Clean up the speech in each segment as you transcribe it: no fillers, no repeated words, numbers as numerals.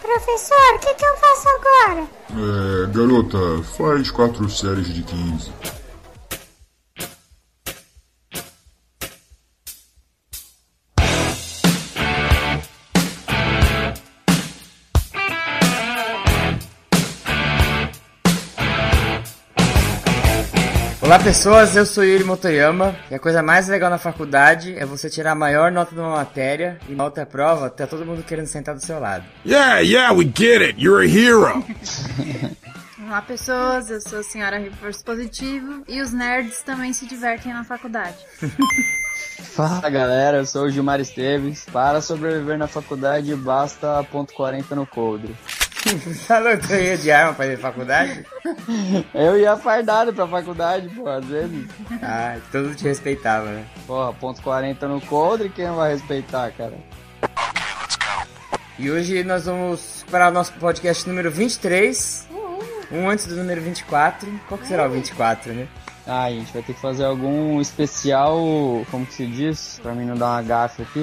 professor, o que eu faço agora? Garota, faz 4 séries de 15. Olá pessoas, eu sou Yuri Motoyama e a coisa mais legal na faculdade é você tirar a maior nota de uma matéria e na outra prova tá todo mundo querendo sentar do seu lado. Yeah, we get it, you're a hero! Olá pessoas, eu sou a senhora Reforço Positivo e os nerds também se divertem na faculdade. Fala galera, eu sou o Gilmar Esteves. Para sobreviver na faculdade basta .40 no coldre. Falou que eu ia de arma pra ir pra faculdade? Eu ia fardado pra faculdade, pô, às vezes. Ah, todo mundo te respeitava, né? Porra, .40 no coldre, quem não vai respeitar, cara? E hoje nós vamos para o nosso podcast número 23, um antes do número 24. Qual que será o 24, né? Ah, a gente vai ter que fazer algum especial, como que se diz? Pra mim não dar uma gafe aqui.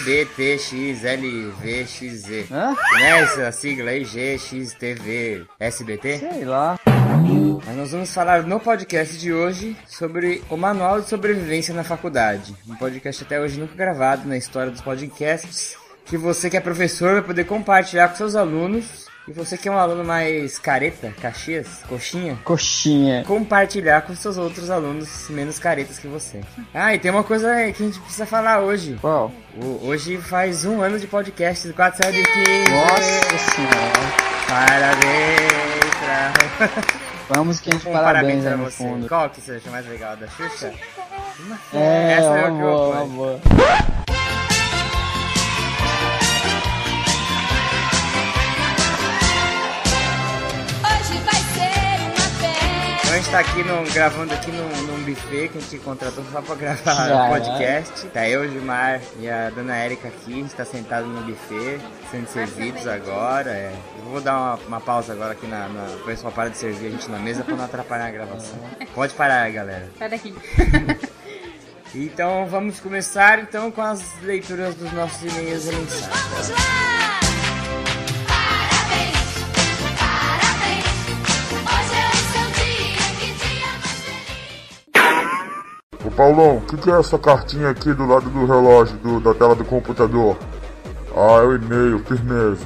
GBTXLVXZ. Hã? Não é essa sigla aí? GXTV SBT? Sei lá. Mas nós vamos falar no podcast de hoje sobre o Manual de Sobrevivência na Faculdade. Um podcast até hoje nunca gravado na história dos podcasts, que você que é professor vai poder compartilhar com seus alunos. E você que é um aluno mais careta, Caxias, coxinha, compartilhar com seus outros alunos menos caretas que você. Ah, e tem uma coisa que a gente precisa falar hoje. Qual? Hoje faz 1 ano de podcast do 4 séries de 15. Nossa senhora. Parabéns pra... Vamos que a gente parabéns pra no você. fundo. Qual que você acha mais legal, da Xuxa? Essa é uma boa. Então a gente tá aqui gravando aqui num buffet que a gente contratou só pra gravar o podcast. Tá eu, o Gilmar e a dona Érica aqui, a gente tá sentado no buffet, sendo servidos agora. Eu vou dar uma pausa agora aqui o pessoal para de servir a gente na mesa pra não atrapalhar a gravação. Pode parar, galera. Sai daqui. Então vamos começar então com as leituras dos nossos e-mails e mensagens. Vamos lá! Ô Paulão, o que é essa cartinha aqui do lado do relógio, da tela do computador? Ah, é o e-mail, firmeza.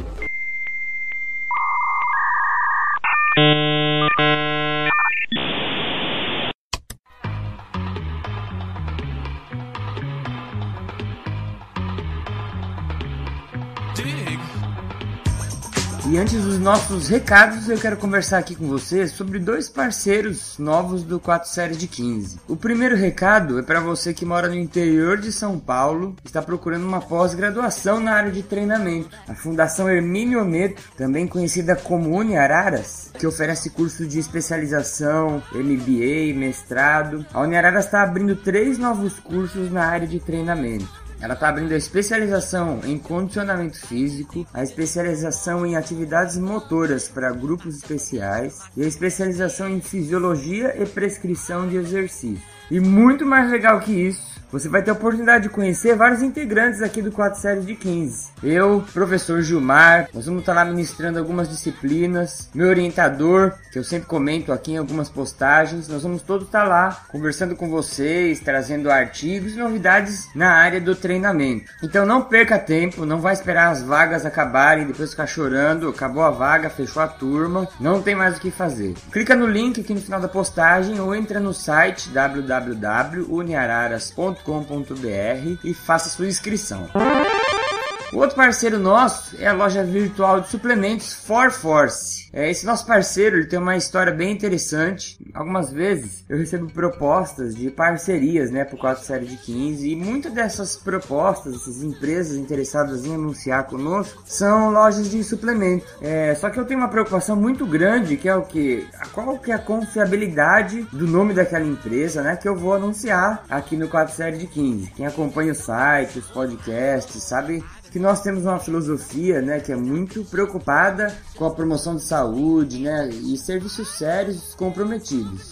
E antes dos nossos recados, eu quero conversar aqui com você sobre 2 parceiros novos do 4 séries de 15. O primeiro recado é para você que mora no interior de São Paulo e está procurando uma pós-graduação na área de treinamento. A Fundação Hermínio Neto, também conhecida como Uniararas, que oferece curso de especialização, MBA, mestrado. A Uniararas está abrindo 3 novos cursos na área de treinamento. Ela está abrindo a especialização em condicionamento físico, a especialização em atividades motoras para grupos especiais e a especialização em fisiologia e prescrição de exercício. E muito mais legal que isso, você vai ter a oportunidade de conhecer vários integrantes aqui do 4 séries de 15. Eu, professor Gilmar, nós vamos estar lá ministrando algumas disciplinas. Meu orientador, que eu sempre comento aqui em algumas postagens, nós vamos todos estar lá conversando com vocês, trazendo artigos e novidades na área do treinamento. Então não perca tempo, não vai esperar as vagas acabarem e depois ficar chorando. Acabou a vaga, fechou a turma, não tem mais o que fazer. Clica no link aqui no final da postagem ou entra no site www.uniararas.com.br e faça sua inscrição. O outro parceiro nosso é a loja virtual de suplementos ForForce. Esse nosso parceiro ele tem uma história bem interessante. Algumas vezes eu recebo propostas de parcerias, pro 4 séries de 15 e muitas dessas propostas, essas empresas interessadas em anunciar conosco, são lojas de suplemento. Só que eu tenho uma preocupação muito grande, que é o que? Qual que é a confiabilidade do nome daquela empresa, que eu vou anunciar aqui no 4 séries de 15. Quem acompanha o site, os podcasts, sabe que nós temos uma filosofia, que é muito preocupada com a promoção de saúde, e serviços sérios comprometidos.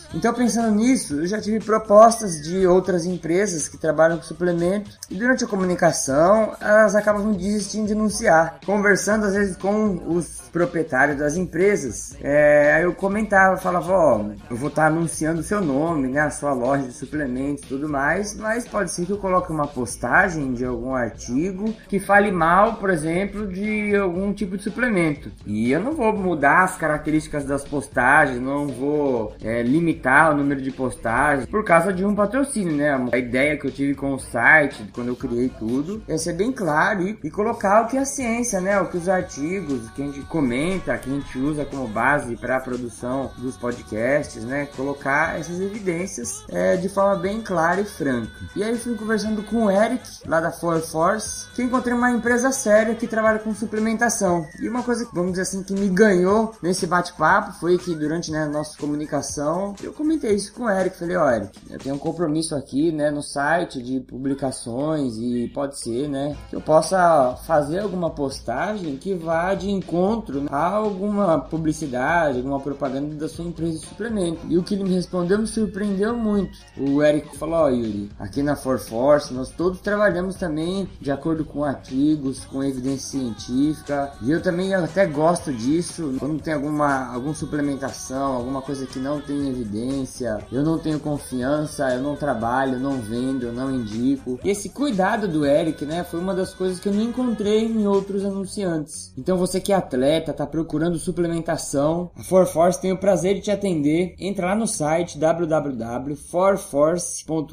Então, pensando nisso, eu já tive propostas de outras empresas que trabalham com suplemento e durante a comunicação elas acabam desistindo de anunciar, conversando às vezes com os proprietários das empresas. Aí eu comentava, falava, eu vou estar anunciando o seu nome, né, a sua loja de suplementos e tudo mais, mas pode ser que eu coloque uma postagem de algum artigo que fale mal, por exemplo, de algum tipo de suplemento. E eu não vou mudar as características das postagens, não vou limitar o número de postagens por causa de um patrocínio, né? A ideia que eu tive com o site, quando eu criei tudo, é ser bem claro e colocar o que é a ciência, né? O que os artigos, que a gente comenta, que a gente usa como base para a produção dos podcasts, né? Colocar essas evidências de forma bem clara e franca. E aí eu fui conversando com o Eric, lá da Force, que eu encontrei uma empresa séria que trabalha com suplementação. E uma coisa, vamos dizer assim, que me ganhou nesse bate-papo foi que durante, né, a nossa comunicação, eu comentei isso com o Eric. Falei, Eric, eu tenho um compromisso aqui, né, no site de publicações e pode ser, né, que eu possa fazer alguma postagem que vá de encontro a alguma publicidade, alguma propaganda da sua empresa de suplemento. E o que ele me respondeu me surpreendeu muito. O Eric falou, Yuri, aqui na Force nós todos trabalhamos também de acordo com artigos, com evidência científica, e eu também até gosto disso. Quando tem alguma suplementação, alguma coisa que não tem evidência, eu não tenho confiança, eu não trabalho, eu não vendo, eu não indico. E esse cuidado do Eric, né, foi uma das coisas que eu não encontrei em outros anunciantes. Então você que é atleta, tá procurando suplementação, a Force tem o prazer de te atender. Entra lá no site www.forforce.com.br,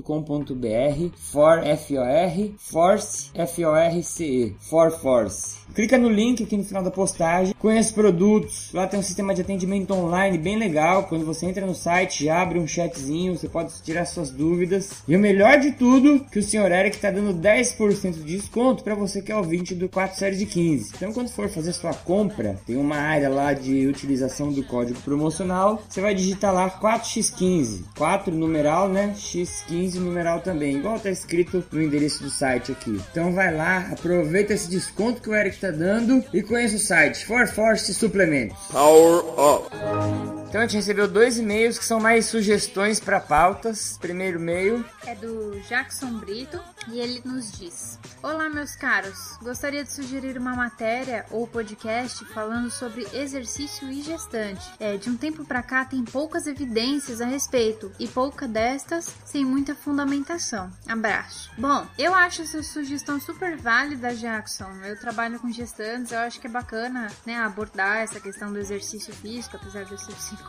Force, F-O-R-C-E, Force. Clica no link aqui no final da postagem, conheça produtos, lá tem um sistema de atendimento online bem legal. Quando você entra no site, já abre um chatzinho, você pode tirar suas dúvidas. E o melhor de tudo, que o Sr. Eric está dando 10% de desconto para você que é ouvinte do 4 série de 15. Então quando for fazer sua compra, tem uma área lá de utilização do código promocional, você vai digitar lá 4x15, 4 numeral, né, x15 numeral também, igual tá escrito no endereço do site aqui. Então vai lá, aproveita esse desconto que o Eric está dando e conheça o site Force Suplementos. Power up. Então a gente recebeu 2 e-mails que são mais sugestões para pautas. Primeiro e-mail é do Jackson Brito e ele nos diz: olá meus caros, gostaria de sugerir uma matéria ou podcast falando sobre exercício e gestante. De um tempo pra cá tem poucas evidências a respeito e pouca destas sem muita fundamentação. Abraço. Bom, eu acho essa sugestão super válida, Jackson. Eu trabalho com gestantes, eu acho que é bacana, né, abordar essa questão do exercício físico, apesar de eu ser psicólogo,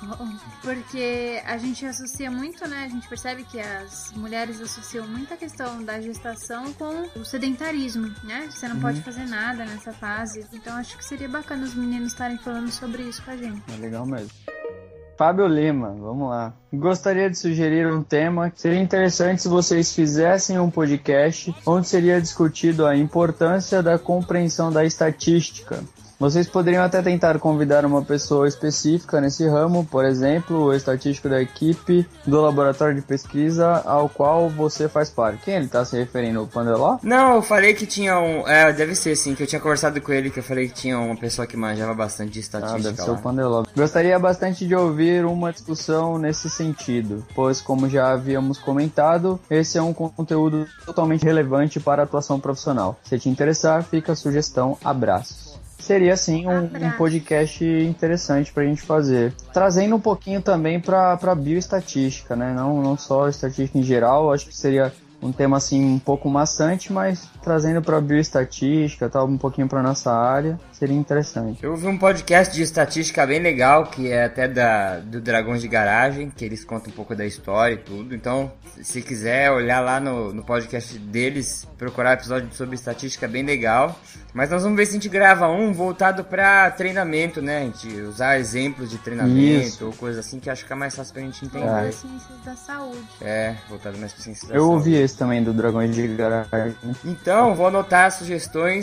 porque a gente associa muito, né, a gente percebe que as mulheres associam muito a questão da gestação com o sedentarismo, né, você não pode fazer nada nessa fase, então acho que seria bacana os meninos estarem falando sobre isso com a gente. É legal mesmo. Fábio Lima, vamos lá. Gostaria de sugerir um tema que seria interessante se vocês fizessem um podcast onde seria discutido a importância da compreensão da estatística. Vocês poderiam até tentar convidar uma pessoa específica nesse ramo, por exemplo, o estatístico da equipe do laboratório de pesquisa ao qual você faz parte. Quem ele está se referindo? O Pandeló? Não, eu falei que tinha um... deve ser sim, que eu tinha conversado com ele, que eu falei que tinha uma pessoa que manjava bastante de estatística. Deve ser o Pandeló. Gostaria bastante de ouvir uma discussão nesse sentido, pois, como já havíamos comentado, esse é um conteúdo totalmente relevante para a atuação profissional. Se te interessar, fica a sugestão. Abraços. Seria, sim, um podcast interessante pra gente fazer. Trazendo um pouquinho também pra bioestatística, né? Não só estatística em geral, acho que seria um tema, assim, um pouco maçante, mas trazendo pra bioestatística, tal, um pouquinho pra nossa área, seria interessante. Eu ouvi um podcast de estatística bem legal, que é até do Dragões de Garagem, que eles contam um pouco da história e tudo. Então, se quiser olhar lá no podcast deles, procurar episódio sobre estatística, é bem legal. Mas nós vamos ver se a gente grava um voltado pra treinamento, né? A gente usar exemplos de treinamento ou coisa assim, que acho que é mais fácil pra gente entender. Voltado ciências da saúde. Voltado mais pra ciências da saúde. Eu ouvi esse também do Dragões de Garagem. Então, vou anotar as sugestões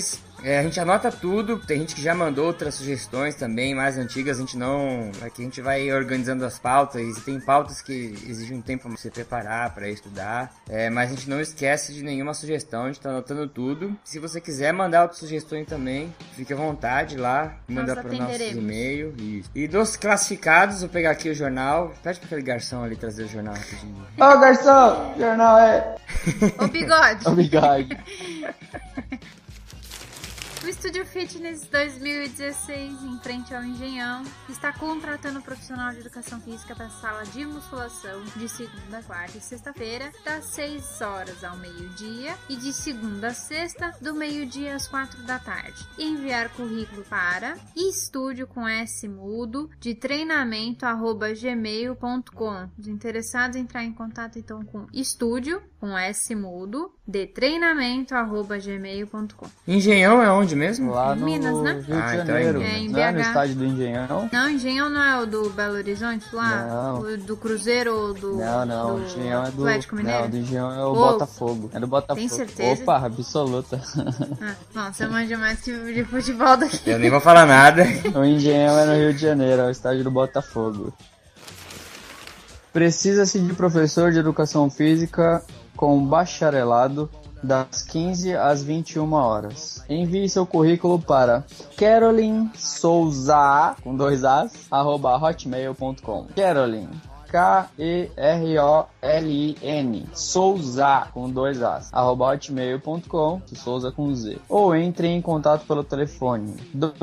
A gente anota tudo, tem gente que já mandou outras sugestões também, mais antigas, a gente não... Aqui a gente vai organizando as pautas, e tem pautas que exigem um tempo pra você preparar, pra estudar, mas a gente não esquece de nenhuma sugestão, a gente tá anotando tudo. Se você quiser mandar outras sugestões também, fique à vontade lá, mandar pro nosso e-mail. E dos classificados, vou pegar aqui o jornal, pede pra aquele garçom ali trazer o jornal rapidinho. Ô garçom, jornal Ô bigode. Ô bigode. O Estúdio Fitness 2016, em frente ao Engenhão, está contratando profissional de educação física para a sala de musculação de segunda, quarta e sexta-feira, das 6 horas ao meio-dia e de segunda a sexta, do meio-dia às 4 da tarde. Enviar currículo para estúdio com S mudo de treinamento@gmail.com. Os interessados entrar em contato então com estúdio com S mudo de treinamento@gmail.com. Engenhão é onde mesmo? Lá no Minas, né? Rio de Então Janeiro. é em Não é no BH. estádio do Engenhão? Não, Engenhão não é o do Belo Horizonte lá? Não. O do Cruzeiro ou do Não, do o Engenhão é do... Atlético Mineiro? Não, do Engenhão é o Ô, Botafogo. É do Botafogo. tem certeza? Opa, absoluta. Não, você manja mais que de futebol daqui. Eu nem vou falar nada. O Engenhão é no Rio de Janeiro, é o estádio do Botafogo. Precisa-se de professor de educação física com bacharelado das 15 às 21 horas. Envie seu currículo para Caroline Souza, com 2 As, @hotmail.com. Caroline, Kerolin, Souza, com 2 As, @hotmail.com, Souza com Z. Ou entre em contato pelo telefone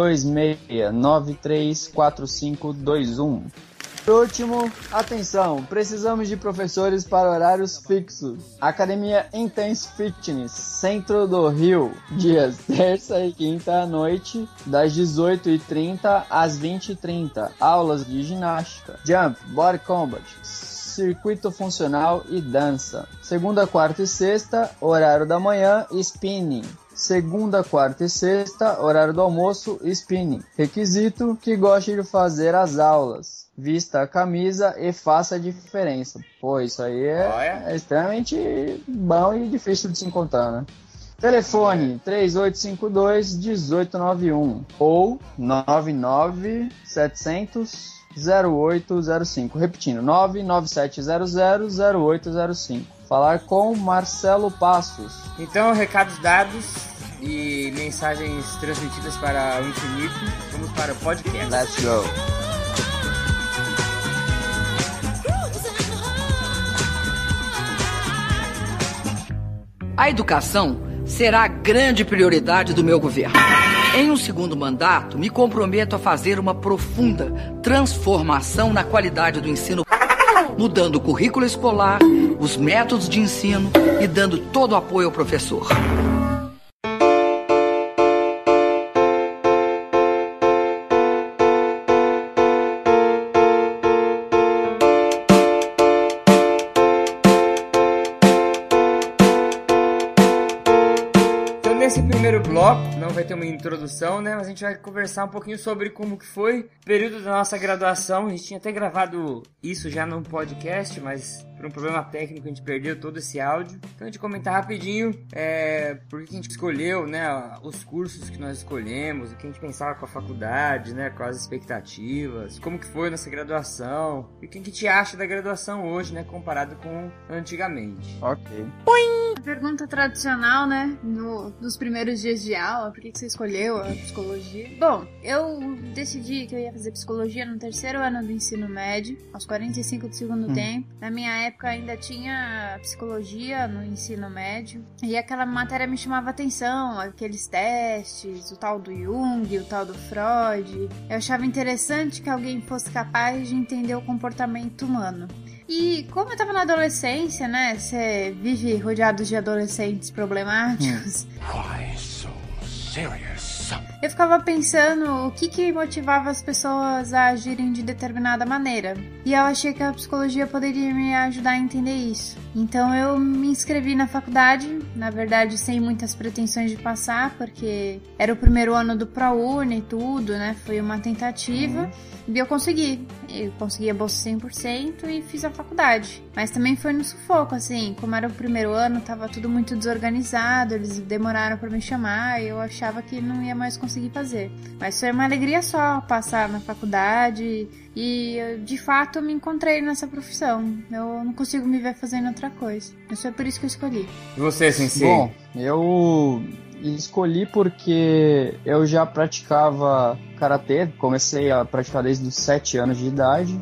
26934521. Por último, atenção, precisamos de professores para horários fixos. Academia Intense Fitness, Centro do Rio, dias terça e quinta à noite, das 18h30 às 20h30. Aulas de ginástica, jump, body combat, circuito funcional e dança. Segunda, quarta e sexta, horário da manhã, spinning. Segunda, quarta e sexta, horário do almoço, spinning. Requisito: que goste de fazer as aulas. Vista a camisa e faça a diferença. Pô, isso aí é extremamente bom e difícil de se encontrar, né? Telefone 3852-1891 ou 99700-0805. Repetindo, 99700-0805. Falar com Marcelo Passos. Então, recados dados e mensagens transmitidas para o infinito. Vamos para o podcast. Let's go. A educação será a grande prioridade do meu governo. Em um segundo mandato, me comprometo a fazer uma profunda transformação na qualidade do ensino, mudando o currículo escolar, os métodos de ensino e dando todo o apoio ao professor. Nesse primeiro bloco, não vai ter uma introdução, né? Mas a gente vai conversar um pouquinho sobre como que foi o período da nossa graduação. A gente tinha até gravado isso já num podcast, mas por um problema técnico a gente perdeu todo esse áudio. Então a gente comentar rapidinho por que a gente escolheu, né? Os cursos que nós escolhemos, o que a gente pensava com a faculdade, né? Quais as expectativas, como que foi a nossa graduação e o que a gente acha da graduação hoje, né? Comparado com antigamente. Ok. Pergunta tradicional, né? Nos primeiros dias de aula, por que você escolheu a psicologia? Bom, eu decidi que eu ia fazer psicologia no 3º ano do ensino médio, aos 45 do segundo tempo. Na minha época ainda tinha psicologia no ensino médio, e aquela matéria me chamava atenção, aqueles testes, o tal do Jung, o tal do Freud. Eu achava interessante que alguém fosse capaz de entender o comportamento humano. E como eu tava na adolescência, né? Você vive rodeado de adolescentes problemáticos. Why so serious? eu ficava pensando o que motivava as pessoas a agirem de determinada maneira. E eu achei que a psicologia poderia me ajudar a entender isso. Então eu me inscrevi na faculdade, na verdade sem muitas pretensões de passar, porque era o primeiro ano do ProUni e tudo, né? Foi uma tentativa. E eu consegui a bolsa 100% e fiz a faculdade. Mas também foi no sufoco, assim, como era o primeiro ano, tava tudo muito desorganizado, eles demoraram pra me chamar e eu achava que não ia mais conseguir fazer. Mas foi uma alegria só passar na faculdade e, de fato, eu me encontrei nessa profissão. Eu não consigo me ver fazendo outra coisa. Isso é por isso que eu escolhi. E você, Sensei? Bom, eu escolhi porque eu já praticava karatê, comecei a praticar desde os 7 anos de idade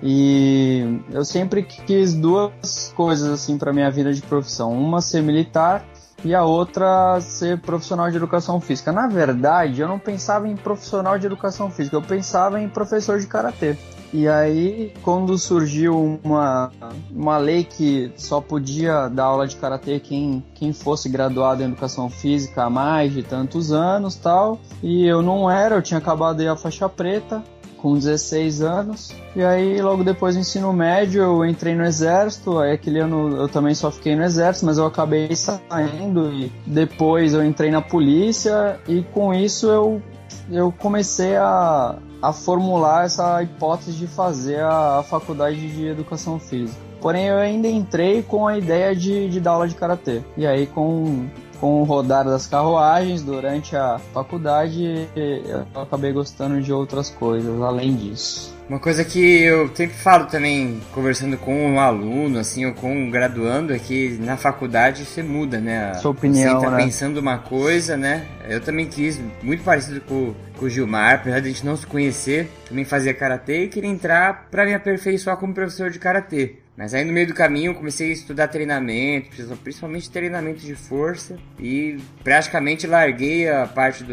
e eu sempre quis duas coisas assim para minha vida de profissão, uma ser militar e a outra ser profissional de educação física. Na verdade, eu não pensava em profissional de educação física, eu pensava em professor de karatê. E aí, quando surgiu uma lei que só podia dar aula de karatê quem fosse graduado em educação física há mais de tantos anos, tal, e eu não era, eu tinha acabado de ir à faixa preta com 16 anos, e aí logo depois do ensino médio eu entrei no exército, aí aquele ano eu também só fiquei no exército, mas eu acabei saindo e depois eu entrei na polícia e com isso eu comecei a formular essa hipótese de fazer a faculdade de educação física. Porém, eu ainda entrei com a ideia de dar aula de karatê. E aí, com o rodar das carruagens durante a faculdade, eu acabei gostando de outras coisas, além disso. Uma coisa que eu sempre falo também, conversando com um aluno, assim, ou com um graduando, é que na faculdade você muda, né? Sua opinião, você tá né? pensando uma coisa, né? Eu também quis, muito parecido com o Gilmar, apesar de a gente não se conhecer, também fazia karatê e queria entrar pra me aperfeiçoar como professor de karatê. Mas aí no meio do caminho eu comecei a estudar treinamento, principalmente treinamento de força, e praticamente larguei a parte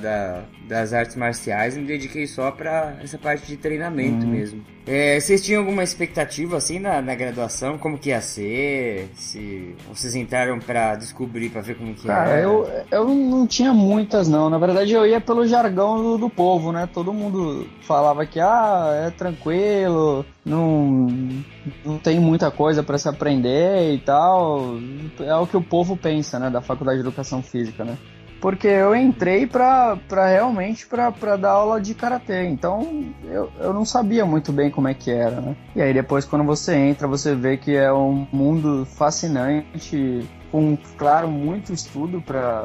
das artes marciais e me dediquei só pra essa parte de treinamento mesmo. Vocês tinham alguma expectativa assim na graduação? Como que ia ser? Se vocês entraram pra descobrir, pra ver como que Cara, era? eu não tinha muitas não, na verdade eu ia pelo jargão do povo, né? Todo mundo falava que é tranquilo, não tem muita coisa pra se aprender e tal. É o que o povo pensa, né? Da Faculdade de Educação Física, né? Porque eu entrei realmente pra dar aula de karatê, então eu não sabia muito bem como é que era, né? E aí depois quando você entra, você vê que é um mundo fascinante, com, claro, muito estudo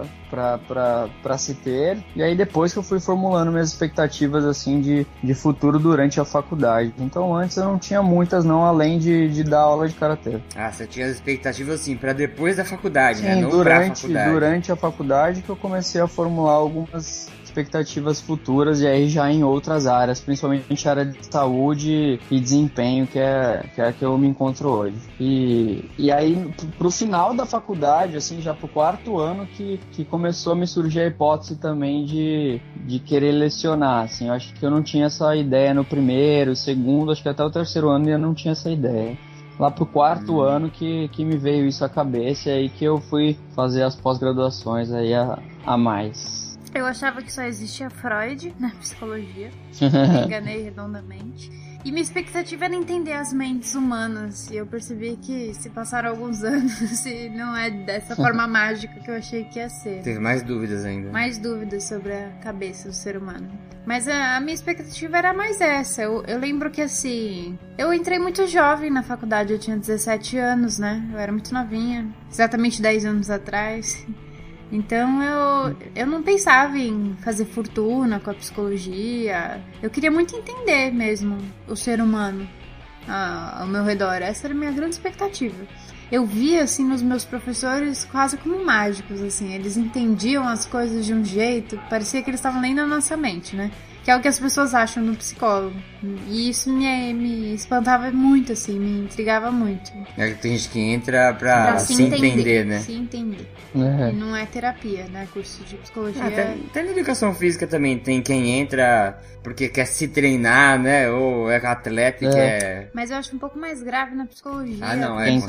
pra se ter. E aí depois que eu fui formulando minhas expectativas assim de futuro durante a faculdade. Então antes eu não tinha muitas não, além de dar aula de karatê. Ah, você tinha as expectativas assim, pra depois da faculdade, Sim, né? Não pra faculdade. Durante a faculdade que eu comecei a formular algumas expectativas futuras e aí já em outras áreas, principalmente a área de saúde e desempenho, que é a que eu me encontro hoje. E aí, pro final da faculdade, assim, já pro 4º ano, que começou a me surgir a hipótese também de querer lecionar, assim. Eu acho que eu não tinha essa ideia no primeiro, segundo, acho que até o 3º ano eu não tinha essa ideia. Lá pro 4º ano que me veio isso à cabeça e aí que eu fui fazer as pós-graduações aí a mais. Eu achava que só existia Freud na psicologia. Me enganei redondamente. E minha expectativa era entender as mentes humanas. E eu percebi que se passaram alguns anos e não é dessa forma mágica que eu achei que ia ser. Teve mais dúvidas ainda. Mais dúvidas sobre a cabeça do ser humano. Mas a minha expectativa era mais essa. Eu lembro que assim... Eu entrei muito jovem na faculdade. Eu tinha 17 anos, né? Eu era muito novinha. Exatamente 10 anos atrás. Então eu não pensava em fazer fortuna com a psicologia. Eu queria muito entender mesmo o ser humano ao meu redor. Essa era a minha grande expectativa. Eu via assim nos meus professores quase como mágicos, assim. Eles entendiam as coisas de um jeito, parecia que eles estavam lendo a nossa mente, né? Que é o que as pessoas acham no psicólogo. E isso me espantava muito, assim, me intrigava muito. É que tem gente que entra pra se entender, né? Se entender. É. E não é terapia, né? Curso de psicologia. Até na educação física também tem quem entra porque quer se treinar, né? Ou é atleta e quer... Mas eu acho um pouco mais grave na psicologia. Ah, não, Quer com entender certeza.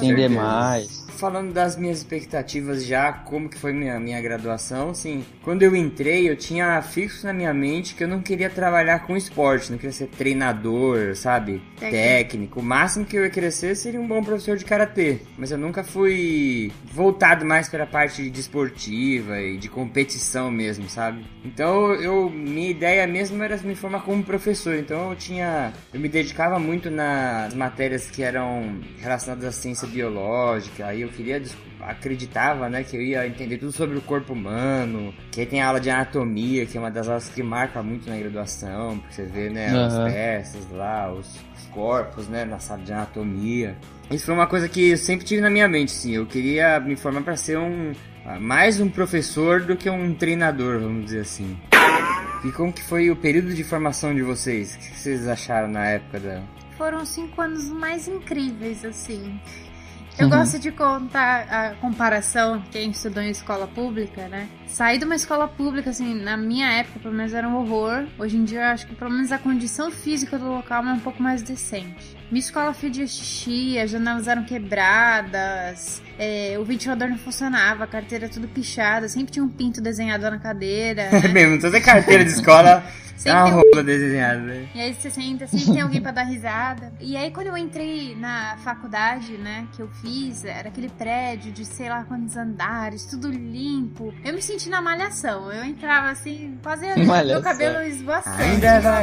demais. Falando das minhas expectativas já, como que foi minha graduação, assim, quando eu entrei, eu tinha fixo na minha mente que eu não queria trabalhar com esporte, não queria ser treinador, sabe, técnico. O máximo que eu ia querer ser seria um bom professor de karatê, mas eu nunca fui voltado mais para a parte de esportiva e de competição mesmo, sabe. Então, minha ideia mesmo era me formar como professor, então eu me dedicava muito nas matérias que eram relacionadas à ciência biológica, aí eu acreditava, né, que eu ia entender tudo sobre o corpo humano, que aí tem a aula de anatomia, que é uma das aulas que marca muito na graduação, porque você vê, né, as peças lá, os corpos, né, na sala de anatomia. Isso foi uma coisa que eu sempre tive na minha mente, sim, eu queria me formar para ser mais um professor do que um treinador, vamos dizer assim. E como que foi o período de formação de vocês? O que vocês acharam na época Foram 5 anos mais incríveis, assim. Eu gosto de contar a comparação, quem estudou em escola pública, né? Sair de uma escola pública, assim, na minha época, pelo menos era um horror. Hoje em dia, eu acho que pelo menos a condição física do local é um pouco mais decente. Minha escola fedia xixi, as janelas eram quebradas, o ventilador não funcionava, a carteira tudo pichada, sempre tinha um pinto desenhado na cadeira, né? É mesmo, toda carteira de escola é uma rola desenhada, né? E aí você senta, sempre tem alguém pra dar risada. E aí quando eu entrei na faculdade, né, que eu fiz, era aquele prédio de sei lá quantos andares, tudo limpo. Eu me senti na Malhação, eu entrava assim, fazendo meu cabelo esvoaçante. Ainda vai.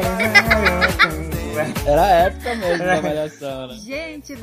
Era a época mesmo da Malhação, né? Gente,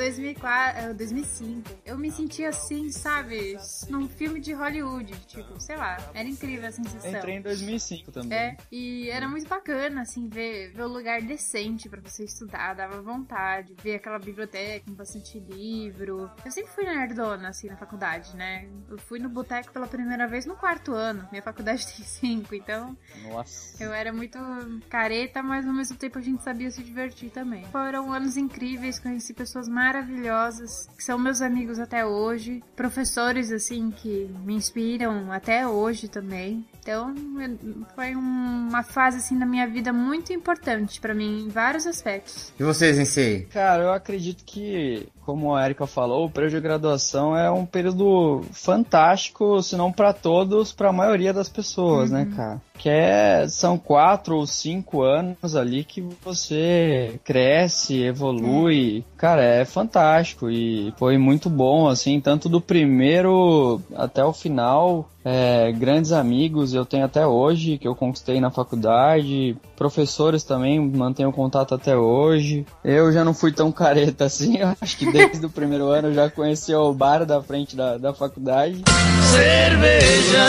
2005, eu me sentia assim, sabe, num filme de Hollywood, tipo, sei lá, era incrível a sensação. Eu entrei em 2005 também. E era muito bacana, assim, ver um lugar decente pra você estudar, dava vontade, ver aquela biblioteca com bastante livro. Eu sempre fui nerdona, assim, na faculdade, né? Eu fui no boteco pela primeira vez no 4º ano, minha faculdade tem 5, então... Nossa. Eu era muito careta, mas ao mesmo tempo a gente sabia se divertir também. Foram anos incríveis, conheci pessoas maravilhosas, que são meus amigos até hoje, professores, assim, que me inspiram até hoje também. Então, foi uma fase, assim, da minha vida muito importante pra mim, em vários aspectos. E vocês, Ensei? Cara, eu acredito que, como a Erika falou, o período de graduação é um período fantástico, se não pra todos, pra maioria das pessoas, né, cara? São 4 ou 5 anos ali que você cresce, evolui. Cara, é fantástico e foi muito bom, assim, tanto do primeiro até o final. Grandes amigos eu tenho até hoje, que eu conquistei na faculdade. Professores também, mantenho contato até hoje. Eu já não fui tão careta assim, eu acho que desde o primeiro ano eu já conheci o bar da frente da faculdade. Cerveja!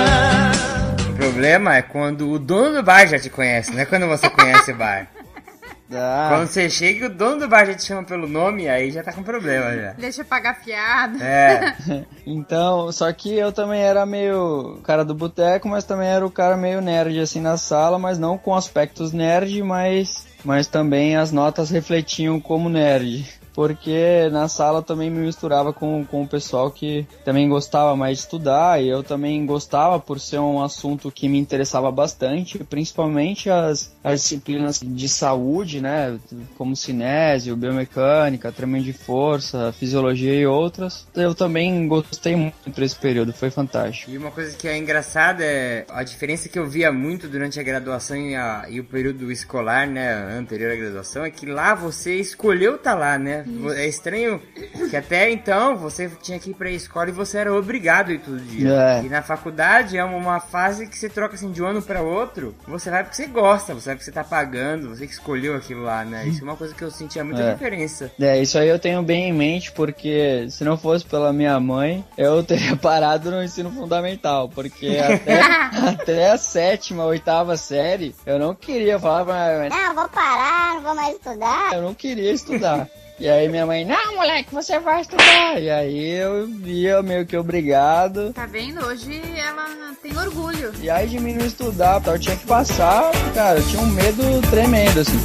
O problema é quando o dono do bar já te conhece, não é quando você conhece o bar. Quando você chega, o dono do bar já te chama pelo nome, aí já tá com problema já. Deixa eu pagar fiado. Então, só que eu também era meio cara do boteco, mas também era o cara meio nerd assim na sala, mas não com aspectos nerd, mas também as notas refletiam como nerd. Porque na sala eu também me misturava com o pessoal que também gostava mais de estudar, e eu também gostava por ser um assunto que me interessava bastante, principalmente as disciplinas de saúde, né, como cinésio, biomecânica, treinamento de força, fisiologia e outras. Eu também gostei muito desse período, foi fantástico. E uma coisa que é engraçada é a diferença que eu via muito durante a graduação e o período escolar, né, anterior à graduação, é que lá você escolheu estar lá, né? É estranho que até então você tinha que ir pra escola e você era obrigado a ir todo dia. E na faculdade é uma fase que você troca assim de um ano pra outro. Você vai porque você gosta, você vai porque você tá pagando, você que escolheu aquilo lá, né? Isso é uma coisa que eu sentia muita diferença. Isso aí eu tenho bem em mente, porque se não fosse pela minha mãe, eu teria parado no ensino fundamental. Porque até a 7ª, 8ª série, eu não queria falar pra minha mãe: não, vou parar, não vou mais estudar. Eu não queria estudar. E aí minha mãe: não, moleque, você vai estudar. E aí eu ia meio que obrigado. Tá vendo? Hoje ela tem orgulho. E aí de mim não estudar, eu tinha que passar, cara, eu tinha um medo tremendo, assim.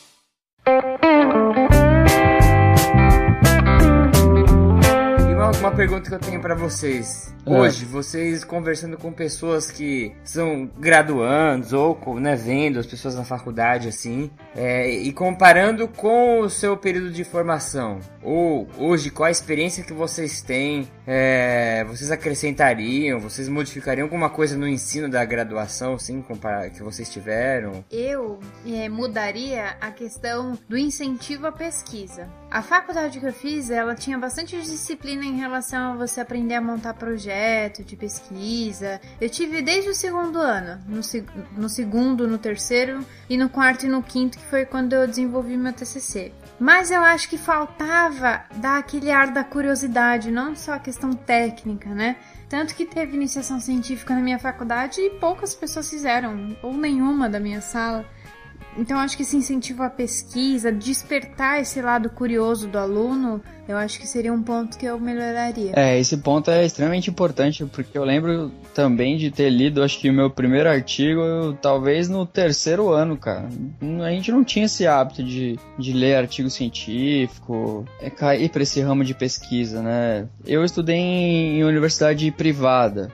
Uma pergunta que eu tenho pra vocês. Hoje, vocês conversando com pessoas que são graduandos ou, né, vendo as pessoas na faculdade, assim, e comparando com o seu período de formação, ou hoje, qual a experiência que vocês têm, vocês acrescentariam, vocês modificariam alguma coisa no ensino da graduação, assim, que vocês tiveram? Eu mudaria a questão do incentivo à pesquisa. A faculdade que eu fiz, ela tinha bastante disciplina em relação a você aprender a montar projeto de pesquisa. Eu tive desde o segundo ano, no segundo, no terceiro e no quarto e no quinto, que foi quando eu desenvolvi meu TCC. Mas eu acho que faltava dar aquele ar da curiosidade, não só a questão técnica, né? Tanto que teve iniciação científica na minha faculdade e poucas pessoas fizeram, ou nenhuma da minha sala. Então, acho que esse incentivo à pesquisa, despertar esse lado curioso do aluno, eu acho que seria um ponto que eu melhoraria. Esse ponto é extremamente importante, porque eu lembro também de ter lido, acho que o meu primeiro artigo, talvez no terceiro ano, cara. A gente não tinha esse hábito de ler artigo científico, cair para esse ramo de pesquisa, né? Eu estudei em universidade privada.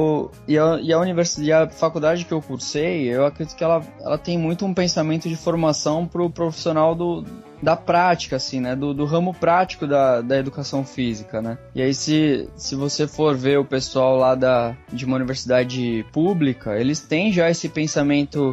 A faculdade que eu cursei, eu acredito que ela tem muito um pensamento de formação para o profissional da prática, assim, né? Do ramo prático da educação física, né? E aí, se você for ver o pessoal lá de uma universidade pública, eles têm já esse pensamento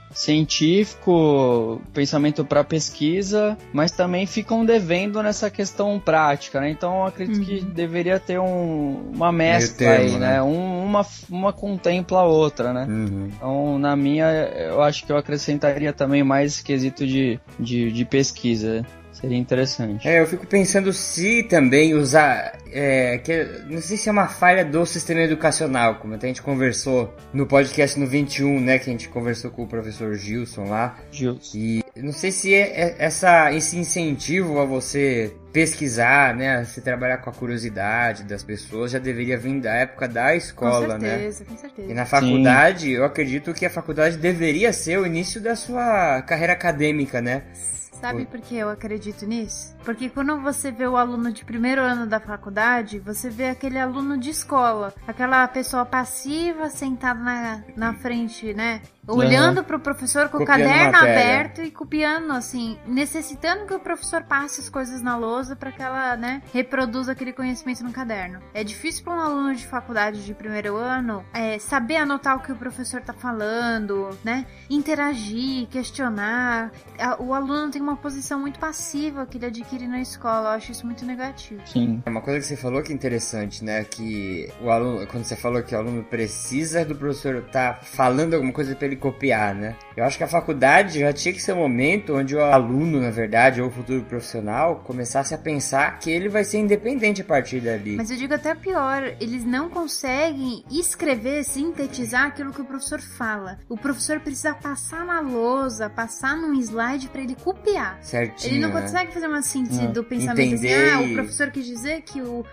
científico, pensamento para pesquisa, mas também ficam devendo nessa questão prática, né? Então eu acredito que deveria ter uma mescla aí, né? Uma contempla a outra, né? Então, na minha, eu acho que eu acrescentaria também mais esse quesito de pesquisa. Seria interessante. Eu fico pensando se também usar, não sei se é uma falha do sistema educacional, como até a gente conversou no podcast no 21, né, que a gente conversou com o professor Gilson lá. E não sei se esse incentivo a você pesquisar, né, a se trabalhar com a curiosidade das pessoas, já deveria vir da época da escola, né? Com certeza. E na faculdade, eu acredito que a faculdade deveria ser o início da sua carreira acadêmica, né? Sabe por que eu acredito nisso? Porque quando você vê o aluno de primeiro ano da faculdade, você vê aquele aluno de escola, aquela pessoa passiva sentada na frente, né? Olhando pro professor com o caderno aberto e copiando, assim, necessitando que o professor passe as coisas na lousa para que ela, né, reproduza aquele conhecimento no caderno. É difícil para um aluno de faculdade de primeiro ano saber anotar o que o professor tá falando, né? Interagir, questionar. O aluno tem uma posição muito passiva que ele adquire na escola. Eu acho isso muito negativo. Sim. Uma coisa que você falou que é interessante, né? Que o aluno, quando você falou que o aluno precisa do professor tá falando alguma coisa para ele copiar, né? Eu acho que a faculdade já tinha que ser um momento onde o aluno, na verdade, ou o futuro profissional, começasse a pensar que ele vai ser independente a partir dali. Mas eu digo até pior, eles não conseguem escrever, sintetizar aquilo que o professor fala. O professor precisa passar na lousa, passar num slide para ele copiar. Certinho, ele não consegue fazer uma síntese do pensamento. Entender. Assim, o professor quis dizer que o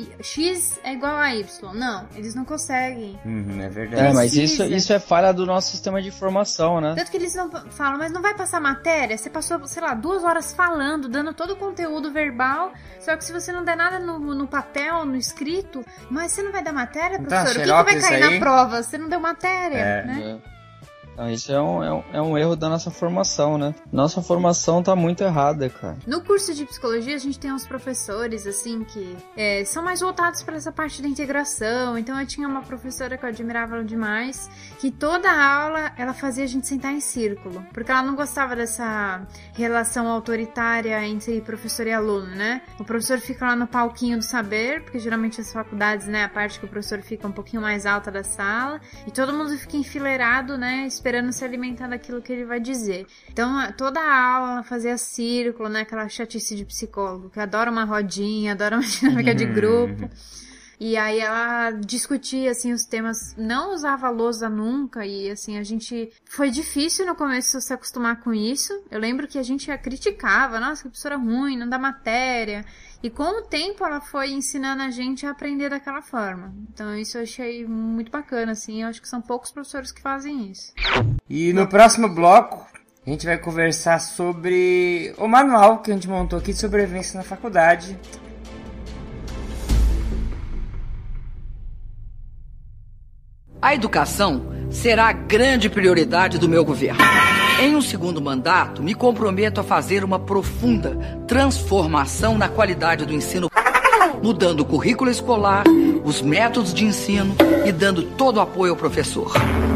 X é igual a Y. Não, eles não conseguem. É verdade. Mas isso é falha do nosso sistema de formação, né? Tanto que eles não falam, mas não vai passar matéria? Você passou, sei lá, 2 horas falando, dando todo o conteúdo verbal, só que se você não der nada no papel, no escrito, mas você não vai dar matéria, professor? O que vai cair na prova? Você não deu matéria, né? Então, isso é um erro da nossa formação, né? Nossa formação tá muito errada, cara. No curso de psicologia, a gente tem uns professores, assim, que são mais voltados para essa parte da integração. Então, eu tinha uma professora que eu admirava demais, que toda aula, ela fazia a gente sentar em círculo. Porque ela não gostava dessa relação autoritária entre professor e aluno, né? O professor fica lá no palquinho do saber, porque geralmente as faculdades, né, a parte que o professor fica um pouquinho mais alta da sala, e todo mundo fica enfileirado, né, esperando se alimentar daquilo que ele vai dizer. Então, toda a aula ela fazia círculo, né? Aquela chatice de psicólogo, que adora uma rodinha, adora uma dinâmica de grupo. E aí ela discutia, assim, os temas, não usava lousa nunca, e assim, a gente... Foi difícil no começo se acostumar com isso. Eu lembro que a gente criticava, nossa, que professora ruim, não dá matéria... E com o tempo ela foi ensinando a gente a aprender daquela forma. Então isso eu achei muito bacana, assim. Eu acho que são poucos professores que fazem isso. E no próximo bloco, a gente vai conversar sobre o manual que a gente montou aqui de sobrevivência na faculdade. A educação será a grande prioridade do meu governo. Em um segundo mandato, me comprometo a fazer uma profunda transformação na qualidade do ensino, mudando o currículo escolar, os métodos de ensino e dando todo o apoio ao professor.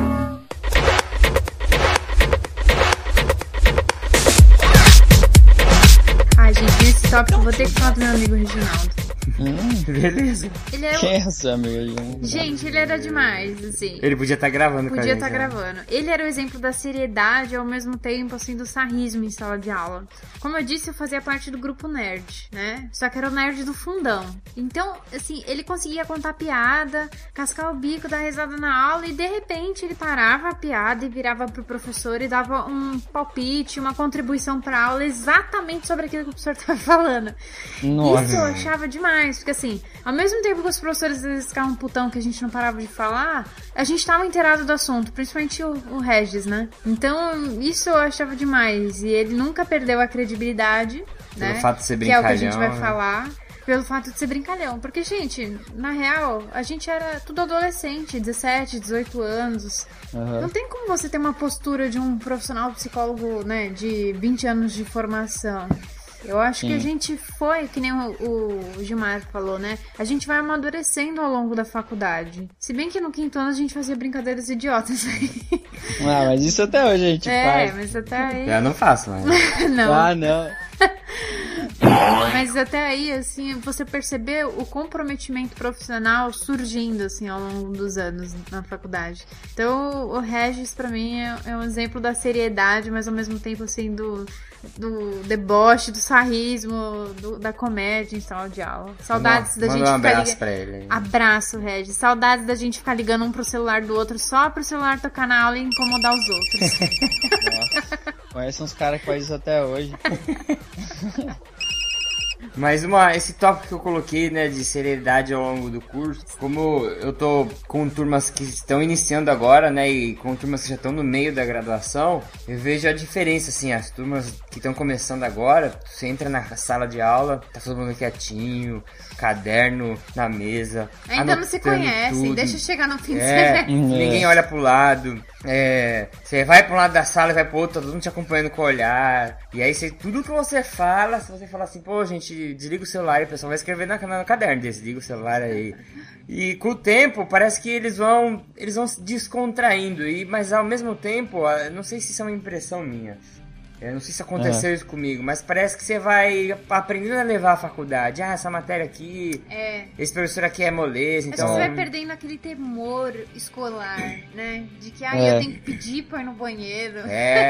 Ai, gente, nesse tópico eu vou ter que falar do meu amigo Reginaldo. Beleza. Ele é... Quem é essa, amiga? Gente, ele era demais, assim. Ele podia estar gravando com a Podia gente. estar gravando. Ele era o exemplo da seriedade ao mesmo tempo, assim, do sarrismo em sala de aula. Como eu disse, eu fazia parte do grupo nerd, né? Só que era o nerd do fundão. Então, assim, ele conseguia contar piada, cascar o bico, dar risada na aula e, de repente, ele parava a piada e virava pro professor e dava um palpite, uma contribuição pra aula exatamente sobre aquilo que o professor tava falando. Nossa. Isso eu achava demais, porque assim, ao mesmo tempo que os professores às vezes ficavam putão que a gente não parava de falar, a gente tava inteirado do assunto, principalmente o Regis, né? Então, isso eu achava demais. E ele nunca perdeu a credibilidade, né? Pelo fato de ser que é o que a brincalhão, gente vai né? falar. Pelo fato de ser brincalhão. Porque, gente, na real, a gente era tudo adolescente, 17, 18 anos. Não tem como você ter uma postura de um profissional psicólogo, né, de 20 anos de formação. Eu acho que a gente foi, que nem o Gilmar falou, né? A gente vai amadurecendo ao longo da faculdade. Se bem que no quinto ano a gente fazia brincadeiras idiotas aí. Ah, mas isso até hoje a gente faz. Mas até aí... Eu não faço, mas... Não. Ah, não. Mas até aí, assim, você percebeu o comprometimento profissional surgindo, assim, ao longo dos anos na faculdade. Então, o Regis, pra mim, é um exemplo da seriedade, mas ao mesmo tempo, assim, do deboche, do sarrismo, da comédia em sala de aula. Saudades da gente um ficar abraço pra ele. Abraço, Regis. Saudades da gente ficar ligando um pro celular do outro só pro celular tocar na aula e incomodar os outros. Nossa, conhece uns caras que fazem isso até hoje. Mas esse tópico que eu coloquei, né, de seriedade ao longo do curso, como eu tô com turmas que estão iniciando agora, né, e com turmas que já estão no meio da graduação, eu vejo a diferença, assim, as turmas que estão começando agora, você entra na sala de aula, tá todo mundo quietinho, caderno na mesa, ainda não se conhecem, tudo. deixa chegar no fim de semestre. Ninguém olha pro lado, você vai pra um lado da sala e vai pro outro, todo mundo te acompanhando com o olhar, e aí tudo que você fala, se você falar assim, pô, gente, desliga o celular e o pessoal vai escrever no caderno, desliga o celular aí. E com o tempo, parece que eles vão se descontraindo, mas ao mesmo tempo, não sei se isso é uma impressão minha, eu não sei se aconteceu isso comigo, mas parece que você vai aprendendo a levar a faculdade. Ah, essa matéria aqui, esse professor aqui é moleza, então... Você vai perdendo aquele temor escolar, né? De que, eu tenho que pedir pra ir no banheiro.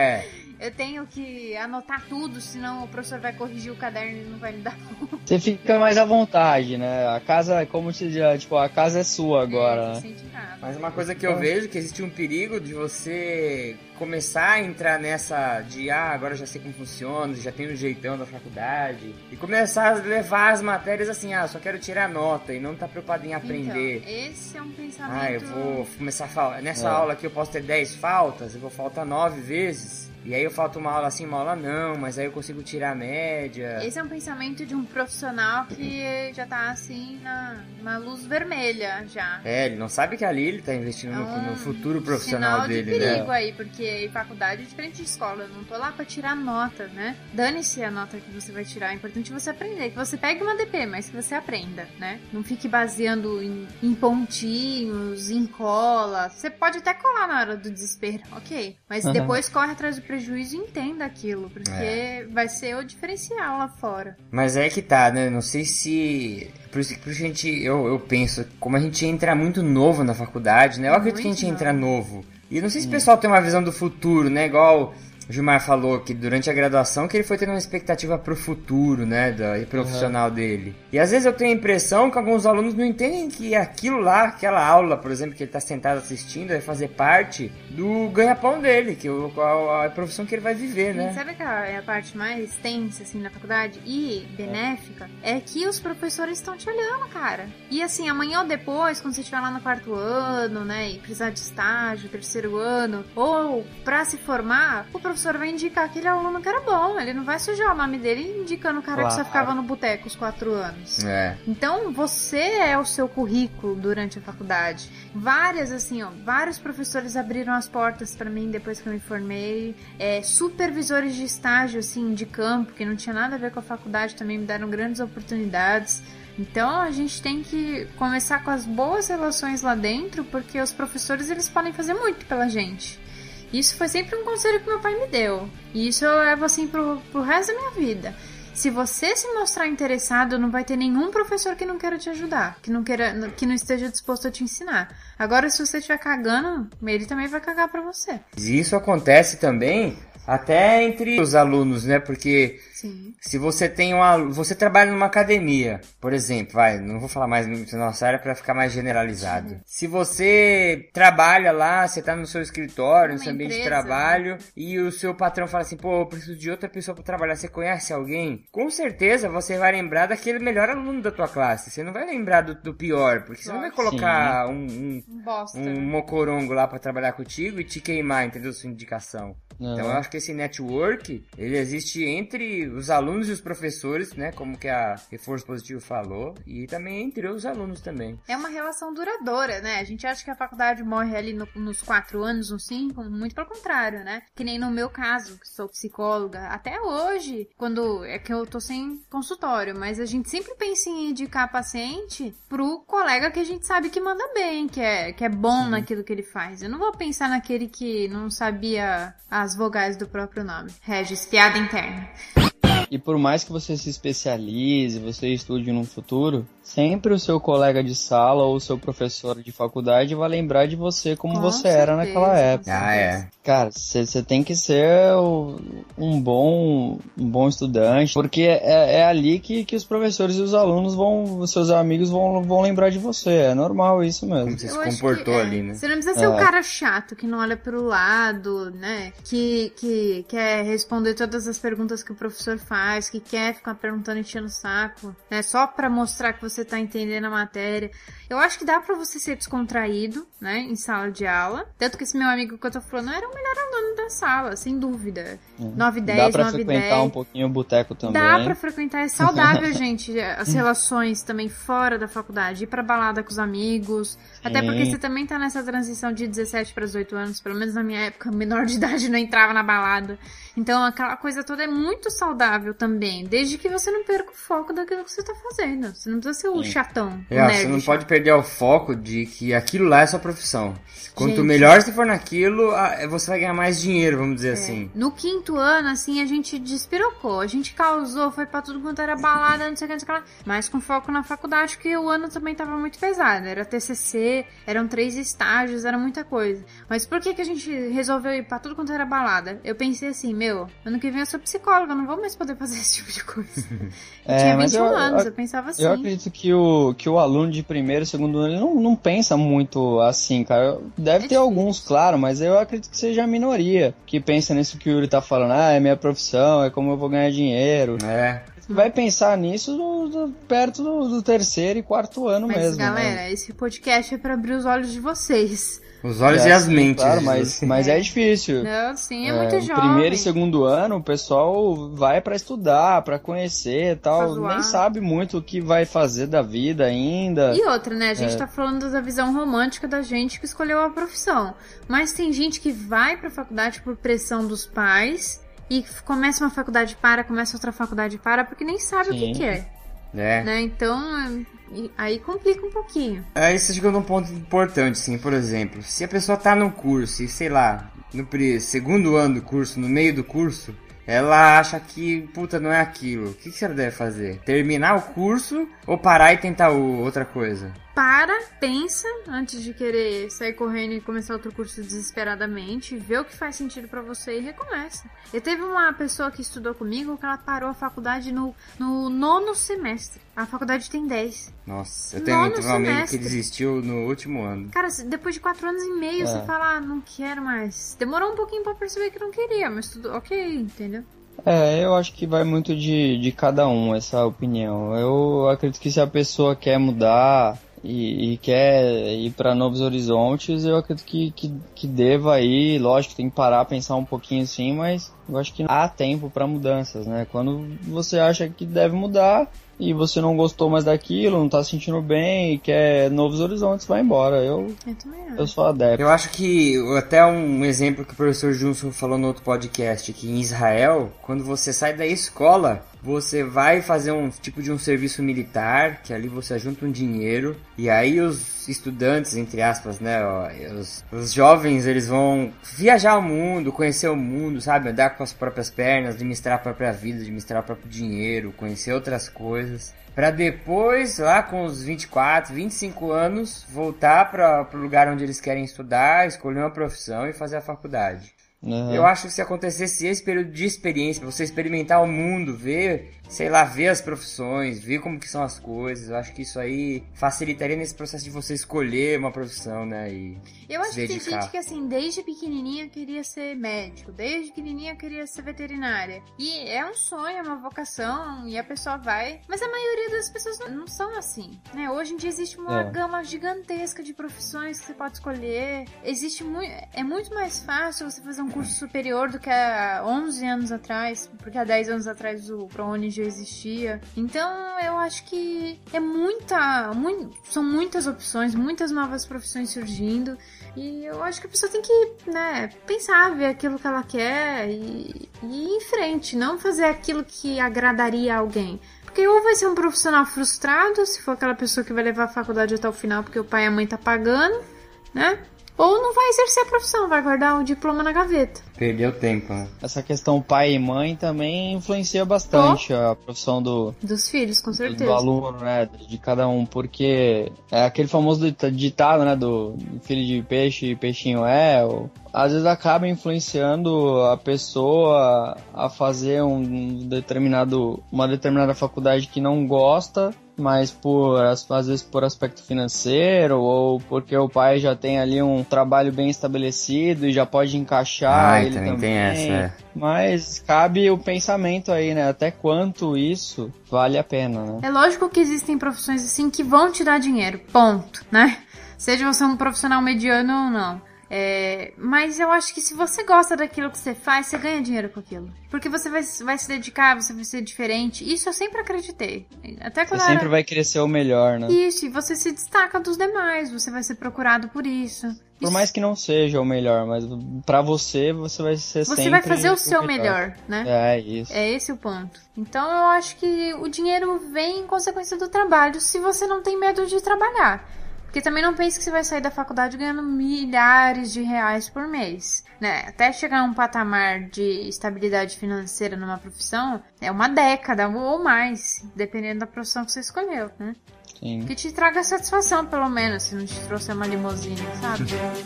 Eu tenho que anotar tudo, senão o professor vai corrigir o caderno e não vai me dar conta. Você fica mais à vontade, né? A casa, como te diz, tipo, a casa é sua agora, né? Mas uma coisa que eu vejo, que existe um perigo de você começar a entrar nessa de, agora eu já sei como funciona, já tenho um jeitão da faculdade, e começar a levar as matérias assim, só quero tirar nota e não tá preocupado em aprender. Então, esse é um pensamento... Eu vou começar a falar, nessa aula aqui eu posso ter 10 faltas, eu vou faltar 9 vezes. E aí eu falto uma aula assim, uma aula não, mas aí eu consigo tirar a média. Esse é um pensamento de um profissional que já tá assim na luz vermelha já. Ele não sabe que ali ele tá investindo no futuro profissional dele, né? Sinal de perigo aí, porque faculdade é diferente de escola. Eu não tô lá pra tirar nota, né? Dane-se a nota que você vai tirar. É importante você aprender. Que você pegue uma DP, mas que você aprenda, né? Não fique baseando em pontinhos, em cola. Você pode até colar na hora do desespero, ok. Mas depois corre atrás do prejuízo e entenda aquilo, porque vai ser o diferencial lá fora. Mas é que tá, né? Não sei se... Por isso que a gente... Eu penso, como a gente entra muito novo na faculdade, né? Eu acredito que a gente entra novo. E não sei se o pessoal tem uma visão do futuro, né? Igual o Gilmar falou que durante a graduação que ele foi tendo uma expectativa pro futuro, né, da profissional dele. E às vezes eu tenho a impressão que alguns alunos não entendem que aquilo lá, aquela aula, por exemplo, que ele tá sentado assistindo, vai fazer parte do ganha-pão dele, que a profissão que ele vai viver, né? Sabe que é a parte mais tensa, assim, na faculdade e benéfica? É que os professores estão te olhando, cara. E assim, amanhã ou depois, quando você estiver lá no 4º ano, né, e precisar de estágio, 3º ano, ou pra se formar, o professor professor vai indicar aquele aluno que era bom. Ele não vai sujar o nome dele indicando o cara que só ficava no boteco os 4 anos. Então, você é o seu currículo durante a faculdade. Vários professores abriram as portas pra mim depois que eu me formei. Supervisores de estágio, assim, de campo, que não tinha nada a ver com a faculdade, também me deram grandes oportunidades. Então, a gente tem que começar com as boas relações lá dentro, porque os professores, eles podem fazer muito pela gente. Isso foi sempre um conselho que meu pai me deu. E isso eu levo, assim, pro resto da minha vida. Se você se mostrar interessado, não vai ter nenhum professor que não queira te ajudar, que não esteja disposto a te ensinar. Agora, se você estiver cagando, ele também vai cagar pra você. Isso acontece também até entre os alunos, né? Porque se você tem você trabalha numa academia, por exemplo, não vou falar mais na nossa área para ficar mais generalizado. Se você trabalha lá, você tá no seu escritório, no seu ambiente de trabalho, e o seu patrão fala assim, pô, eu preciso de outra pessoa para trabalhar, você conhece alguém? Com certeza você vai lembrar daquele melhor aluno da tua classe, você não vai lembrar do pior, porque você não vai colocar um mocorongo lá para trabalhar contigo e te queimar, entendeu? Sua indicação. Então eu acho que esse network, ele existe entre os alunos e os professores, né, como que a Reforço Positivo falou, e também entre os alunos também. É uma relação duradoura, né? A gente acha que a faculdade morre ali nos 4 anos, nos 5, muito pelo contrário, né? Que nem no meu caso, que sou psicóloga, até hoje, quando é que eu tô sem consultório, mas a gente sempre pensa em indicar paciente pro colega que a gente sabe que manda bem, que é bom naquilo que ele faz. Eu não vou pensar naquele que não sabia as vogais do próprio nome. Regis, piada interna. E por mais que você se especialize, você estude no futuro, sempre o seu colega de sala ou o seu professor de faculdade vai lembrar de você como você era naquela época. Cara, você tem que ser um bom estudante, porque é ali que os professores e os alunos os seus amigos vão lembrar de você. É normal isso mesmo. Como você se comportou ali, né? Você não precisa ser o cara chato, que não olha pro lado, né? Que quer responder todas as perguntas que o professor faz, que quer ficar perguntando, enchendo o saco, né? Só pra mostrar que você tá entendendo a matéria. Eu acho que dá pra você ser descontraído, né? Em sala de aula. Tanto que esse meu amigo que eu tô falando era o melhor aluno da sala, sem dúvida. 9, 10, 9, 10. Dá pra frequentar um pouquinho o boteco também. Dá pra frequentar, é saudável, gente. As relações também fora da faculdade. Ir pra balada com os amigos. Até porque você também tá nessa transição de 17 para 18 anos. Pelo menos na minha época, menor de idade não entrava na balada. Então aquela coisa toda é muito saudável também. Desde que você não perca o foco daquilo que você tá fazendo. Você não precisa ser o chatão. O nerd você não pode perder o foco de que aquilo lá é sua profissão. Quanto melhor você for naquilo, você vai ganhar mais dinheiro, vamos dizer assim. No 5º ano, assim, a gente despirocou. A gente causou, foi pra tudo quanto era balada, não sei o que, não sei o que lá. Mas com foco na faculdade, porque o ano também tava muito pesado. Era TCC, eram 3 estágios, era muita coisa. Mas por que a gente resolveu ir pra tudo quanto era balada? Eu pensei assim, ano que vem eu sou psicóloga, eu não vou mais poder fazer esse tipo de coisa. Eu tinha 21 anos, eu pensava assim. Eu acredito que o aluno de 1º e 2º ano, ele não pensa muito assim, cara. Deve ter alguns, claro, mas eu acredito que seja a minoria que pensa nisso que o Yuri tá falando. É minha profissão, é como eu vou ganhar dinheiro. Vai pensar nisso perto do 3º e 4º ano mesmo. Mas galera, esse podcast é pra abrir os olhos de vocês. Os olhos e as mentes. Claro, mas é difícil. Não, sim, é muito jovem. No 1º e 2º ano, o pessoal vai pra estudar, pra conhecer e tal. Nem sabe muito o que vai fazer da vida ainda. E outra, né? A gente tá falando da visão romântica da gente que escolheu a profissão. Mas tem gente que vai pra faculdade por pressão dos pais e começa uma faculdade começa outra faculdade porque nem sabe o que é. Né? Então, aí complica um pouquinho. Isso chegou num ponto importante, sim. Por exemplo, se a pessoa tá no curso e, sei lá, no 2º ano do curso, no meio do curso, ela acha que, não é aquilo. O que ela deve fazer? Terminar o curso ou parar e tentar outra coisa? Pensa antes de querer sair correndo e começar outro curso desesperadamente, vê o que faz sentido pra você e recomeça. Eu teve uma pessoa que estudou comigo que ela parou a faculdade no 9º semestre. A faculdade tem 10. Nossa, eu tenho um amigo que desistiu no último ano. Cara, depois de 4 anos e meio você fala, não quero mais. Demorou um pouquinho pra perceber que não queria, mas tudo ok, entendeu? Eu acho que vai muito de cada um essa opinião. Eu acredito que se a pessoa quer mudar e quer ir para novos horizontes, eu acredito que deva ir. Lógico, tem que parar, pensar um pouquinho assim, mas eu acho que há tempo para mudanças, né? Quando você acha que deve mudar e você não gostou mais daquilo, não tá se sentindo bem e quer novos horizontes, vai embora. Eu sou adepto. Eu acho que até um exemplo que o professor Junson falou no outro podcast, que em Israel, quando você sai da escola, você vai fazer um tipo de um serviço militar, que ali você junta um dinheiro, e aí os estudantes, entre aspas, né, os jovens, eles vão viajar o mundo, conhecer o mundo, sabe, andar com as próprias pernas, administrar a própria vida, administrar o próprio dinheiro, conhecer outras coisas, para depois, lá com os 24, 25 anos, voltar para o lugar onde eles querem estudar, escolher uma profissão e fazer a faculdade. Uhum. Eu acho que se acontecesse esse período de experiência, pra você experimentar o mundo, ver as profissões, ver como que são as coisas, eu acho que isso aí facilitaria nesse processo de você escolher uma profissão, né, e eu acho que tem gente que, assim, desde pequenininha queria ser médico, desde pequenininha queria ser veterinária, e é um sonho, é uma vocação, e a pessoa vai, mas a maioria das pessoas não são assim, né, hoje em dia existe uma gama gigantesca de profissões que você pode escolher, é muito mais fácil você fazer um curso superior do que há 11 anos atrás, porque há 10 anos atrás o ProUni já existia. Então eu acho que são muitas opções, muitas novas profissões surgindo, e eu acho que a pessoa tem que, né, pensar, ver aquilo que ela quer e ir em frente, não fazer aquilo que agradaria a alguém. Porque ou vai ser um profissional frustrado, se for aquela pessoa que vai levar a faculdade até o final porque o pai e a mãe tá pagando, né? Ou não vai exercer a profissão, vai guardar o diploma na gaveta. Perdeu tempo, né? Essa questão pai e mãe também influencia bastante a profissão dos filhos, com certeza. Do aluno, né? De cada um, porque é aquele famoso ditado, né? Do filho de peixe, peixinho é. Às vezes acaba influenciando a pessoa a fazer uma determinada faculdade que não gosta, mas às vezes por aspecto financeiro, ou porque o pai já tem ali um trabalho bem estabelecido e já pode encaixar ele também. Tem essa, Mas cabe o pensamento aí, né? Até quanto isso vale a pena, né? É lógico que existem profissões assim que vão te dar dinheiro, ponto, né? Seja você um profissional mediano ou não. Mas eu acho que se você gosta daquilo que você faz, você ganha dinheiro com aquilo. Porque você vai se dedicar, você vai ser diferente. Isso eu sempre acreditei. Até quando você sempre vai querer ser o melhor, né? Isso, e você se destaca dos demais, você vai ser procurado por isso. Por mais que não seja o melhor, mas pra você vai ser sempre... Você vai fazer o seu melhor, né? É, isso. É esse o ponto. Então eu acho que o dinheiro vem em consequência do trabalho, se você não tem medo de trabalhar. Porque também não pense que você vai sair da faculdade ganhando milhares de reais por mês, né? Até chegar a um patamar de estabilidade financeira numa profissão, é uma década ou mais, dependendo da profissão que você escolheu, né? Sim. Que te traga satisfação, pelo menos, se não te trouxer uma limusine, sabe?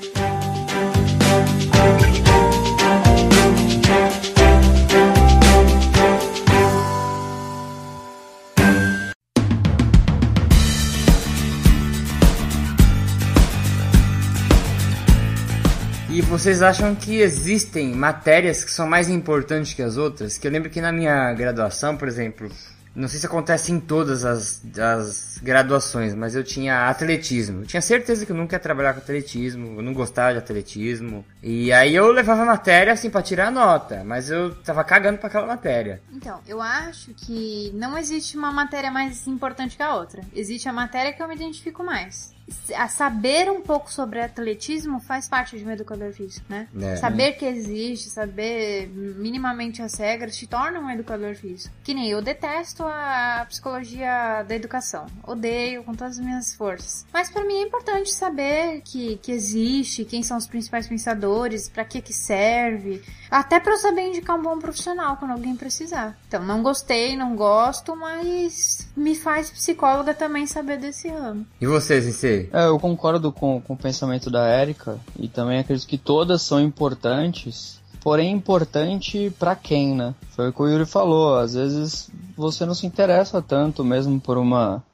E vocês acham que existem matérias que são mais importantes que as outras? Que eu lembro que na minha graduação, por exemplo, não sei se acontece em todas as graduações, mas eu tinha atletismo. Eu tinha certeza que eu nunca ia trabalhar com atletismo, eu não gostava de atletismo. E aí eu levava matéria assim pra tirar nota, mas eu tava cagando pra aquela matéria. Então, eu acho que não existe uma matéria mais importante que a outra. Existe a matéria que eu me identifico mais. A saber um pouco sobre atletismo faz parte de um educador físico, né? Saber que existe, saber minimamente as regras te torna um educador físico. Que nem eu detesto a psicologia da educação. Odeio com todas as minhas forças. Mas pra mim é importante saber que existe, quem são os principais pensadores, pra que serve. Até pra eu saber indicar um bom profissional quando alguém precisar. Então, não gostei, não gosto, mas me faz psicóloga também saber desse ramo. E você, Cicê? Eu concordo com o pensamento da Érica e também acredito que todas são importantes, porém importante pra quem, né? Foi o que o Yuri falou, às vezes você não se interessa tanto mesmo por uma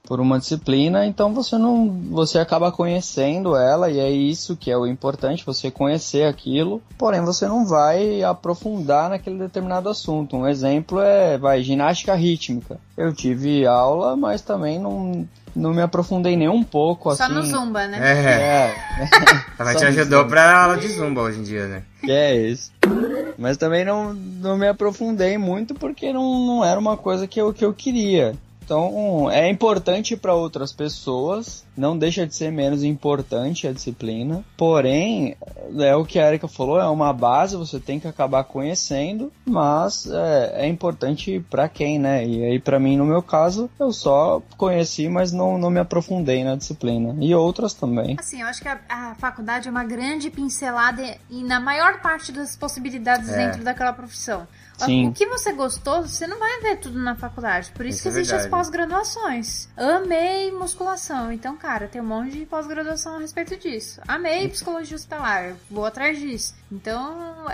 por uma disciplina, então você acaba conhecendo ela, e é isso que é o importante, você conhecer aquilo, porém você não vai aprofundar naquele determinado assunto. Um exemplo é, ginástica rítmica. Eu tive aula, mas também não me aprofundei nem um pouco, Só assim. no Zumba, né? Ela te ajudou pra aula de Zumba hoje em dia, né? É isso. Mas também não me aprofundei muito porque não era uma coisa que eu queria. Então, é importante para outras pessoas, não deixa de ser menos importante a disciplina, porém, é o que a Erika falou, é uma base, você tem que acabar conhecendo, mas é importante para quem, né? E aí, para mim, no meu caso, eu só conheci, mas não me aprofundei na disciplina. E outras também. Assim, eu acho que a faculdade é uma grande pincelada e na maior parte das possibilidades dentro daquela profissão. Sim. O que você gostou, você não vai ver tudo na faculdade. Por isso que existem as pós-graduações. Amei musculação. Então, cara, tem um monte de pós-graduação a respeito disso. Amei psicologia hospitalar. Vou atrás disso. Então,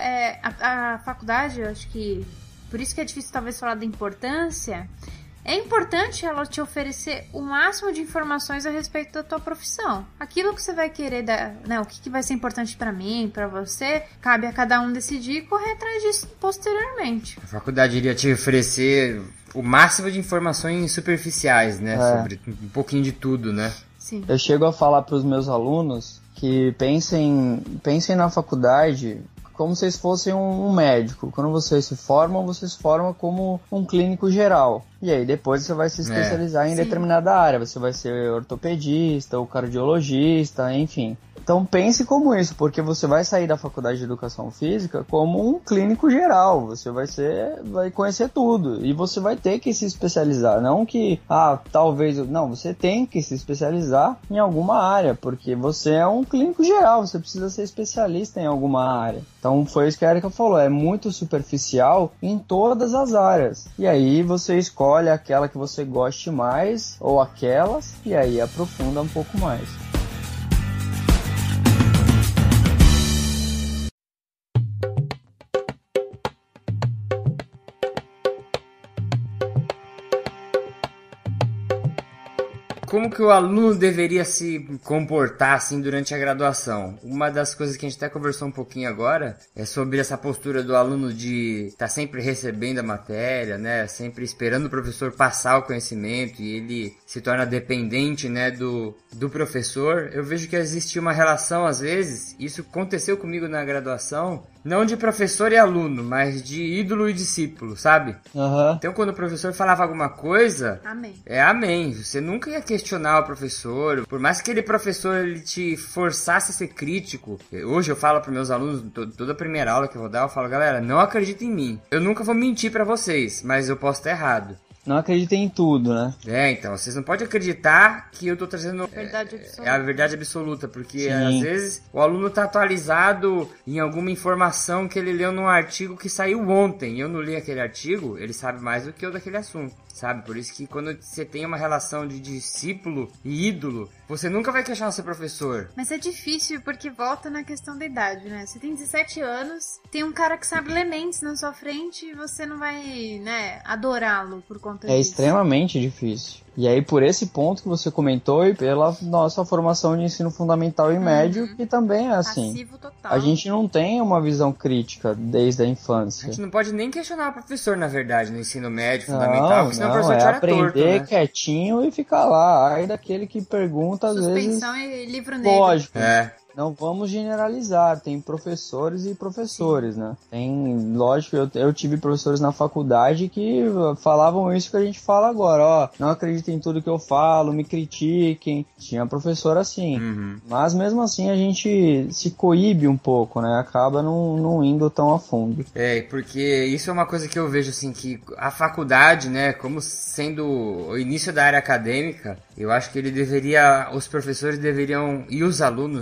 a faculdade, eu acho que... Por isso que é difícil, talvez, falar da importância... É importante ela te oferecer o máximo de informações a respeito da tua profissão. Aquilo que você vai querer, o que vai ser importante pra mim, pra você, cabe a cada um decidir e correr atrás disso posteriormente. A faculdade iria te oferecer o máximo de informações superficiais, né? Sobre um pouquinho de tudo, né? Sim. Eu chego a falar pros meus alunos que pensem na faculdade como se vocês fossem um médico. Quando vocês se formam como um clínico geral. E aí depois você vai se especializar em determinada área. Você vai ser ortopedista ou cardiologista, enfim. Então pense como isso, porque você vai sair da faculdade de educação física como um clínico geral. Você vai conhecer tudo. E você vai ter que se especializar. Não que, talvez... Não, você tem que se especializar em alguma área, porque você é um clínico geral. Você precisa ser especialista em alguma área. Então foi isso que a Erika falou. É muito superficial em todas as áreas. E aí você escolhe aquela que você goste mais, ou aquelas, e aí aprofunda um pouco mais. Como que o aluno deveria se comportar assim durante a graduação? Uma das coisas que a gente até conversou um pouquinho agora é sobre essa postura do aluno de estar sempre recebendo a matéria, né? Sempre esperando o professor passar o conhecimento e ele se torna dependente, né, do professor. Eu vejo que existe uma relação, às vezes, isso aconteceu comigo na graduação, não de professor e aluno, mas de ídolo e discípulo, sabe? Uhum. Então, quando o professor falava alguma coisa... Amém. Amém. Você nunca ia questionar o professor. Por mais que aquele professor ele te forçasse a ser crítico. Hoje eu falo para meus alunos, toda a primeira aula que eu vou dar, eu falo, galera, não acreditem em mim. Eu nunca vou mentir para vocês, mas eu posso estar errado. Não acreditem em tudo, né? Então, vocês não podem acreditar que eu tô trazendo Verdade absoluta. a verdade absoluta, porque Sim. às vezes o aluno tá atualizado em alguma informação que ele leu num artigo que saiu ontem, e eu não li aquele artigo, ele sabe mais do que eu daquele assunto, sabe? Por isso que quando você tem uma relação de discípulo e ídolo, você nunca vai questionar seu professor. Mas é difícil porque volta na questão da idade, né? Você tem 17 anos, tem um cara que sabe ler mentes na sua frente e você não vai, né, adorá-lo por conta disso. É extremamente difícil. E aí, por esse ponto que você comentou e pela nossa formação de ensino fundamental e médio, que também é assim. Passivo total. A gente não tem uma visão crítica desde a infância. A gente não pode nem questionar o professor, na verdade, no ensino médio, fundamental, porque senão o professor é te olha aprender torto, né? quietinho e ficar lá. Aí daquele que pergunta, às vezes... Suspensão e livro negro. Lógico. Não vamos generalizar, tem professores e professores, né? Lógico, eu tive professores na faculdade que falavam isso que a gente fala agora, não acreditem em tudo que eu falo, me critiquem. Tinha professor assim. Mas mesmo assim a gente se coíbe um pouco, né? Acaba não indo tão a fundo. Porque isso é uma coisa que eu vejo assim, que a faculdade, né, como sendo o início da área acadêmica, eu acho que os professores deveriam, e os alunos, né, mas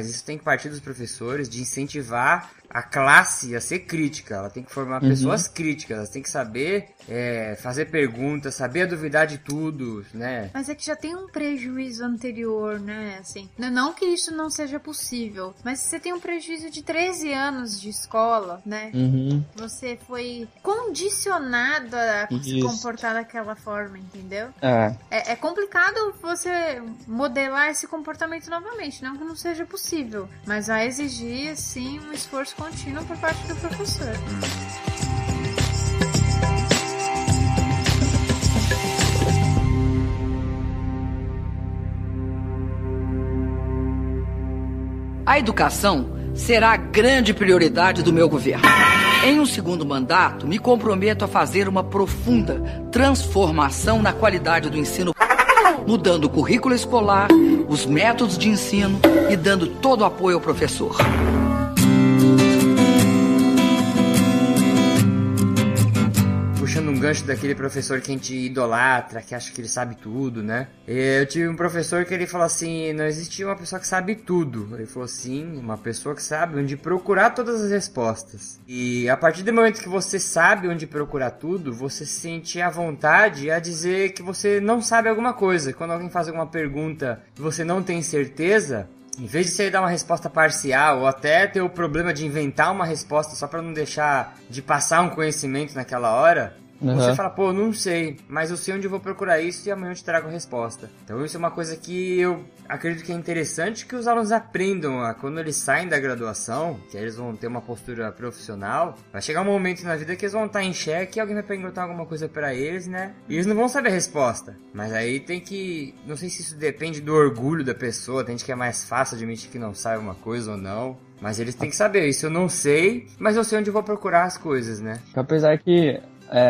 mas isso tem que partir dos professores, de incentivar a classe a ser crítica. Ela tem que formar pessoas críticas, elas têm que saber fazer perguntas, saber duvidar de tudo, né? Mas é que já tem um prejuízo anterior, né? Assim, não que isso não seja possível, mas você tem um prejuízo de 13 anos de escola, né? Você foi condicionado a se comportar daquela forma, entendeu? É complicado você modelar esse comportamento novamente, não que não seja possível, mas vai exigir, sim, um esforço contínuo por parte do professor. A educação será a grande prioridade do meu governo. Em um segundo mandato, me comprometo a fazer uma profunda transformação na qualidade do ensino, mudando o currículo escolar, os métodos de ensino e dando todo o apoio ao professor. Puxando um gancho daquele professor que a gente idolatra, que acha que ele sabe tudo, né? Eu tive um professor que ele falou assim, não existe uma pessoa que sabe tudo. Ele falou assim, uma pessoa que sabe onde procurar todas as respostas. E a partir do momento que você sabe onde procurar tudo, você se sente à vontade a dizer que você não sabe alguma coisa. Quando alguém faz alguma pergunta e você não tem certeza, em vez de você dar uma resposta parcial ou até ter o problema de inventar uma resposta só para não deixar de passar um conhecimento naquela hora, você fala, pô, não sei, mas eu sei onde eu vou procurar isso e amanhã eu te trago a resposta. Então isso é uma coisa que eu acredito que é interessante que os alunos aprendam quando eles saem da graduação, que eles vão ter uma postura profissional, vai chegar um momento na vida que eles vão estar em xeque e alguém vai perguntar alguma coisa pra eles, né? E eles não vão saber a resposta. Mas aí tem que... Não sei se isso depende do orgulho da pessoa, tem gente que é mais fácil admitir que não sabe uma coisa ou não. Mas eles têm que saber, isso eu não sei, mas eu sei onde eu vou procurar as coisas, né? Apesar que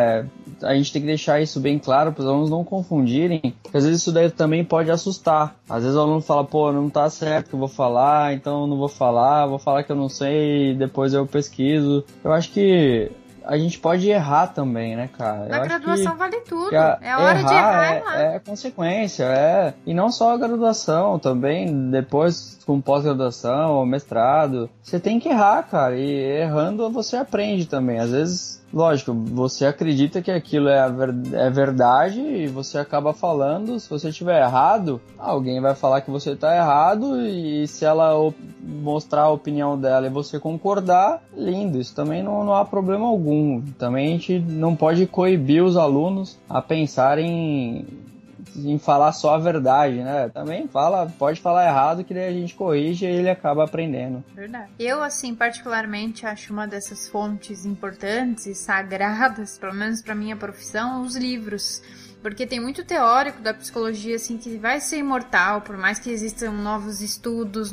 a gente tem que deixar isso bem claro para os alunos não confundirem, porque às vezes isso daí também pode assustar. Às vezes o aluno fala, pô, não tá certo que eu vou falar, então eu não vou falar que eu não sei, depois eu pesquiso. Eu acho que a gente pode errar também, né, cara? Na graduação vale tudo. É hora de errar. É consequência, E não só a graduação, também depois com pós-graduação ou mestrado. Você tem que errar, cara. E errando você aprende também. Às vezes, lógico, você acredita que aquilo é verdade e você acaba falando. Se você estiver errado, alguém vai falar que você está errado e se ela mostrar a opinião dela e você concordar, lindo. Isso também não há problema algum. Também a gente não pode coibir os alunos a pensarem em falar só a verdade, né? Também pode falar errado que daí a gente corrige e ele acaba aprendendo. Verdade. Eu, assim, particularmente acho uma dessas fontes importantes e sagradas, pelo menos para minha profissão, os livros. Porque tem muito teórico da psicologia, assim, que vai ser imortal, por mais que existam novos estudos,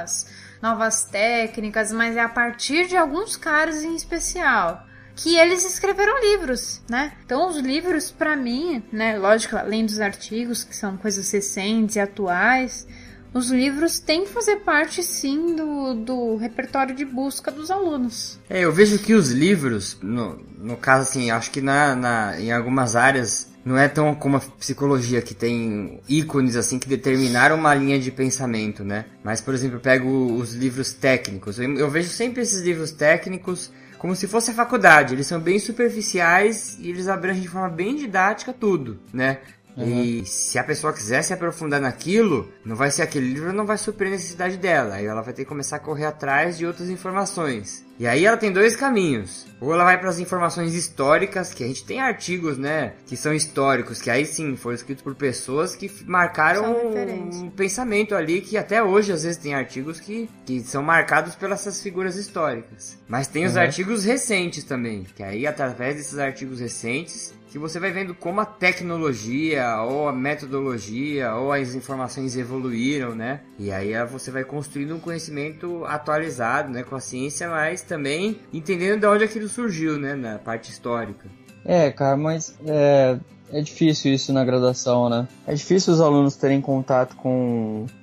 novas técnicas, mas é a partir de alguns caras em especial que eles escreveram livros, né? Então, os livros, pra mim, né? Lógico, além dos artigos, que são coisas recentes e atuais, os livros têm que fazer parte, sim, do repertório de busca dos alunos. Eu vejo que os livros, no caso, assim, acho que em algumas áreas não é tão como a psicologia, que tem ícones, assim, que determinaram uma linha de pensamento, né? Mas, por exemplo, eu pego os livros técnicos. Eu vejo sempre esses livros técnicos como se fosse a faculdade. Eles são bem superficiais e eles abrangem de forma bem didática tudo, né? E se a pessoa quiser se aprofundar naquilo, não vai ser aquele livro, não vai suprir a necessidade dela. Aí ela vai ter que começar a correr atrás de outras informações. E aí ela tem dois caminhos. Ou ela vai para as informações históricas, que a gente tem artigos, né, que são históricos, que aí sim foram escritos por pessoas que marcaram um pensamento ali, que até hoje às vezes tem artigos que são marcados pelas essas figuras históricas. Mas tem os artigos recentes também, que aí através desses artigos recentes que você vai vendo como a tecnologia, ou a metodologia, ou as informações evoluíram, né? E aí você vai construindo um conhecimento atualizado, né, com a ciência, mas também entendendo de onde aquilo surgiu, né, na parte histórica. Cara, mas é difícil isso na graduação, né? É difícil os alunos terem contato com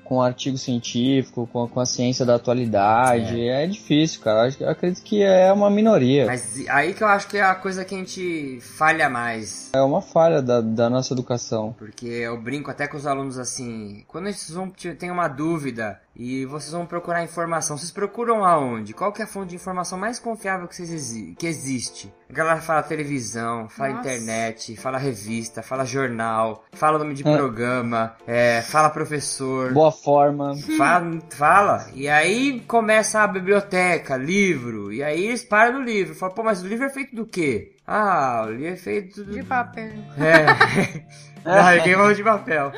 com artigo científico, com a ciência da atualidade. É difícil, cara. Eu acredito que é uma minoria. Mas aí que eu acho que é a coisa que a gente falha mais. É uma falha da nossa educação. Porque eu brinco até com os alunos assim, quando eles têm uma dúvida e vocês vão procurar informação, vocês procuram aonde? Qual que é a fonte de informação mais confiável que existe? A galera fala televisão, fala internet, fala revista, fala jornal, fala nome de programa, fala professor. Boa forma. Fala. E aí começa a biblioteca, livro. E aí eles param no livro. Falam, pô, mas o livro é feito do quê? Ah, o livro é feito de papel. De papel.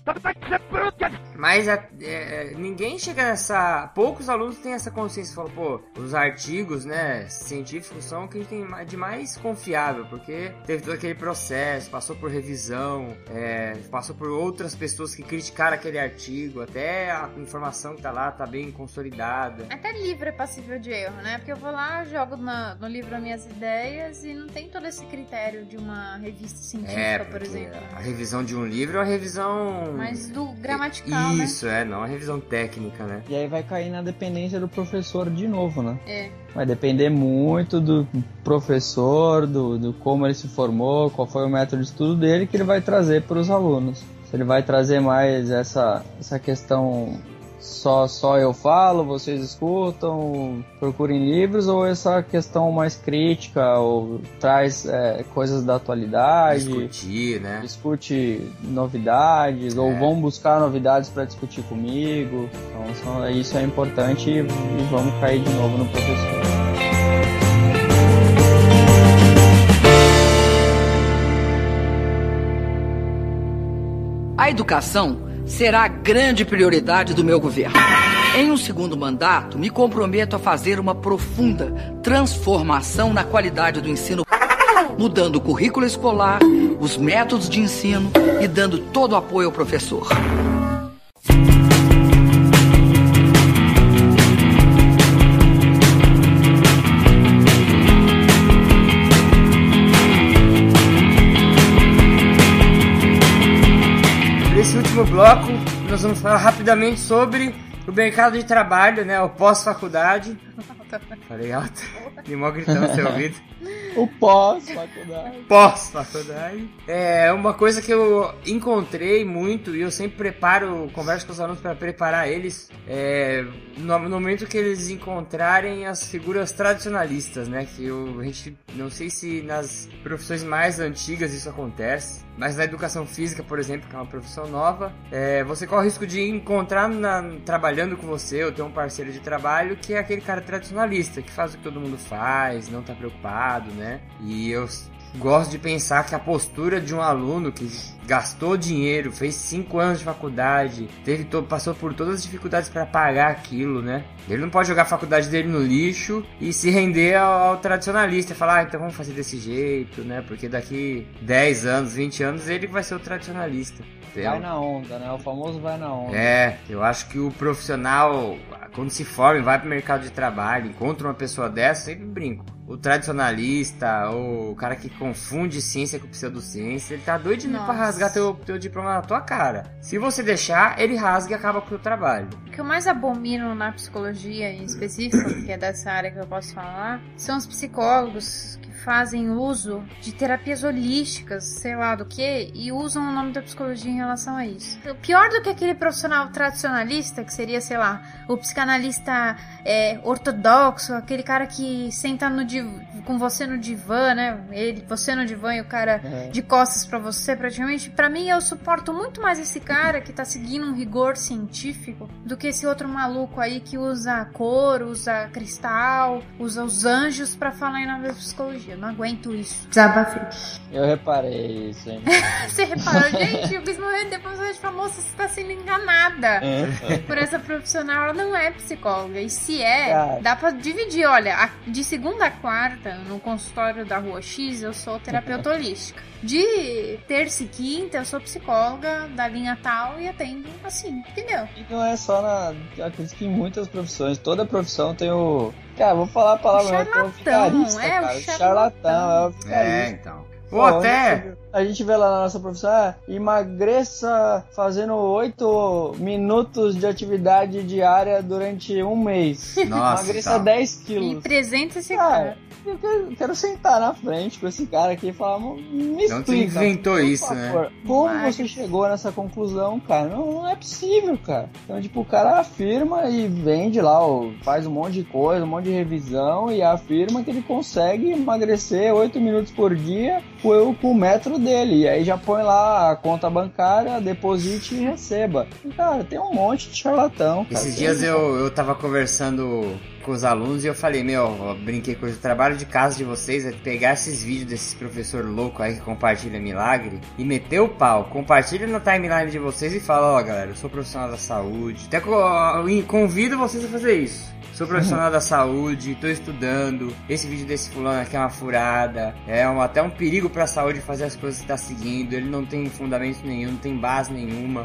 Mas ninguém chega nessa... Poucos alunos têm essa consciência. Falam, pô, os artigos, né, científicos são o que a gente tem de mais confiável, porque teve todo aquele processo, passou por revisão, passou por outras pessoas que criticaram aquele artigo, até a informação que tá lá tá bem consolidada. Até livro é passível de erro, né? Porque eu vou lá, jogo no livro as minhas ideias e não tem todo esse critério de uma revista científica, por exemplo. A revisão de um livro é uma revisão... Mas do gramatical, Isso, não a revisão técnica, né? E aí vai cair na dependência do professor de novo, né? É. Vai depender muito do professor, do como ele se formou, qual foi o método de estudo dele que ele vai trazer para os alunos. Se ele vai trazer mais essa questão só eu falo, vocês escutam, procurem livros, ou essa questão mais crítica, ou traz coisas da atualidade, discutir, né? Discute novidades, ou vão buscar novidades para discutir comigo. Então isso é importante e vamos cair de novo no professor. A educação será a grande prioridade do meu governo. Em um segundo mandato, me comprometo a fazer uma profunda transformação na qualidade do ensino, mudando o currículo escolar, os métodos de ensino e dando todo o apoio ao professor. Nesse último bloco, nós vamos falar rapidamente sobre o mercado de trabalho, né? O pós-faculdade. Falei alto, e mó gritando no seu ouvido. O pós-faculdade. Pós-faculdade. É uma coisa que eu encontrei muito e eu sempre converso com os alunos para preparar eles no momento que eles encontrarem as figuras tradicionalistas, né? Que a gente não sei se nas profissões mais antigas isso acontece, mas na educação física, por exemplo, que é uma profissão nova, você corre o risco de encontrar trabalhando com você ou ter um parceiro de trabalho que é aquele cara tradicionalista, que faz o que todo mundo faz, não tá preocupado, né? E eu gosto de pensar que a postura de um aluno que gastou dinheiro, fez 5 anos de faculdade, passou por todas as dificuldades para pagar aquilo, né? Ele não pode jogar a faculdade dele no lixo e se render ao tradicionalista, falar, então vamos fazer desse jeito, né? Porque daqui 10 anos, 20 anos, ele vai ser o tradicionalista. Vai na onda, né? O famoso vai na onda. Eu acho que o profissional, quando se forma e vai pro mercado de trabalho, encontra uma pessoa dessa, sempre brinco. O tradicionalista, ou o cara que confunde ciência com pseudociência, ele tá doidinho pra rasgar teu diploma na tua cara. Se você deixar, ele rasga e acaba com o teu trabalho. O que eu mais abomino na psicologia em específico, que é dessa área que eu posso falar, são os psicólogos que fazem uso de terapias holísticas, sei lá do que, e usam o nome da psicologia em relação a isso. Pior do que aquele profissional tradicionalista, que seria, sei lá, o psicanalista ortodoxo, aquele cara que senta com você no divã, né? Você no divã e o cara de costas pra você, praticamente. Pra mim, eu suporto muito mais esse cara que tá seguindo um rigor científico do que esse outro maluco aí que usa cor, usa cristal, usa os anjos pra falar em nome da psicologia. Eu não aguento isso. Desabafei. Eu reparei isso, hein? Você reparou? Gente, o Bismo depois de famoso, você tá sendo enganada por essa profissional. Ela não é psicóloga. E se dá pra dividir. Olha, de segunda a quarta, no consultório da Rua X, eu sou terapeuta holística. De terça e quinta, eu sou psicóloga da linha tal e atendo assim, entendeu? E não é só eu acredito que em muitas profissões, toda profissão tem o... Cara, vou falar a palavra, o charlatão, o charlatão. Então. Ou até... A gente vê lá na nossa profissão, emagreça fazendo 8 minutos de atividade diária durante um mês. Nossa, emagreça 10 quilos. E apresenta esse cara. Eu quero sentar na frente com esse cara aqui e falar, me explica. Não te inventou por isso, favor, né? Como você chegou nessa conclusão, cara? Não é possível, cara. Então, tipo, o cara afirma e vende lá, faz um monte de coisa, um monte de revisão e afirma que ele consegue emagrecer 8 minutos por dia com o metro dele. E aí já põe lá a conta bancária, deposite e receba. E, cara, tem um monte de charlatão, cara. Esses dias eu tava conversando com os alunos e eu falei, eu brinquei com o trabalho de casa de vocês é pegar esses vídeos desses professor louco aí que compartilha milagre e meter o pau, compartilha na timeline de vocês e fala, galera, eu sou profissional da saúde, até convido vocês a fazer isso. Sou profissional da saúde, tô estudando. Esse vídeo desse fulano aqui é uma furada. Até um perigo pra saúde fazer as coisas que tá seguindo. Ele não tem fundamento nenhum, não tem base nenhuma.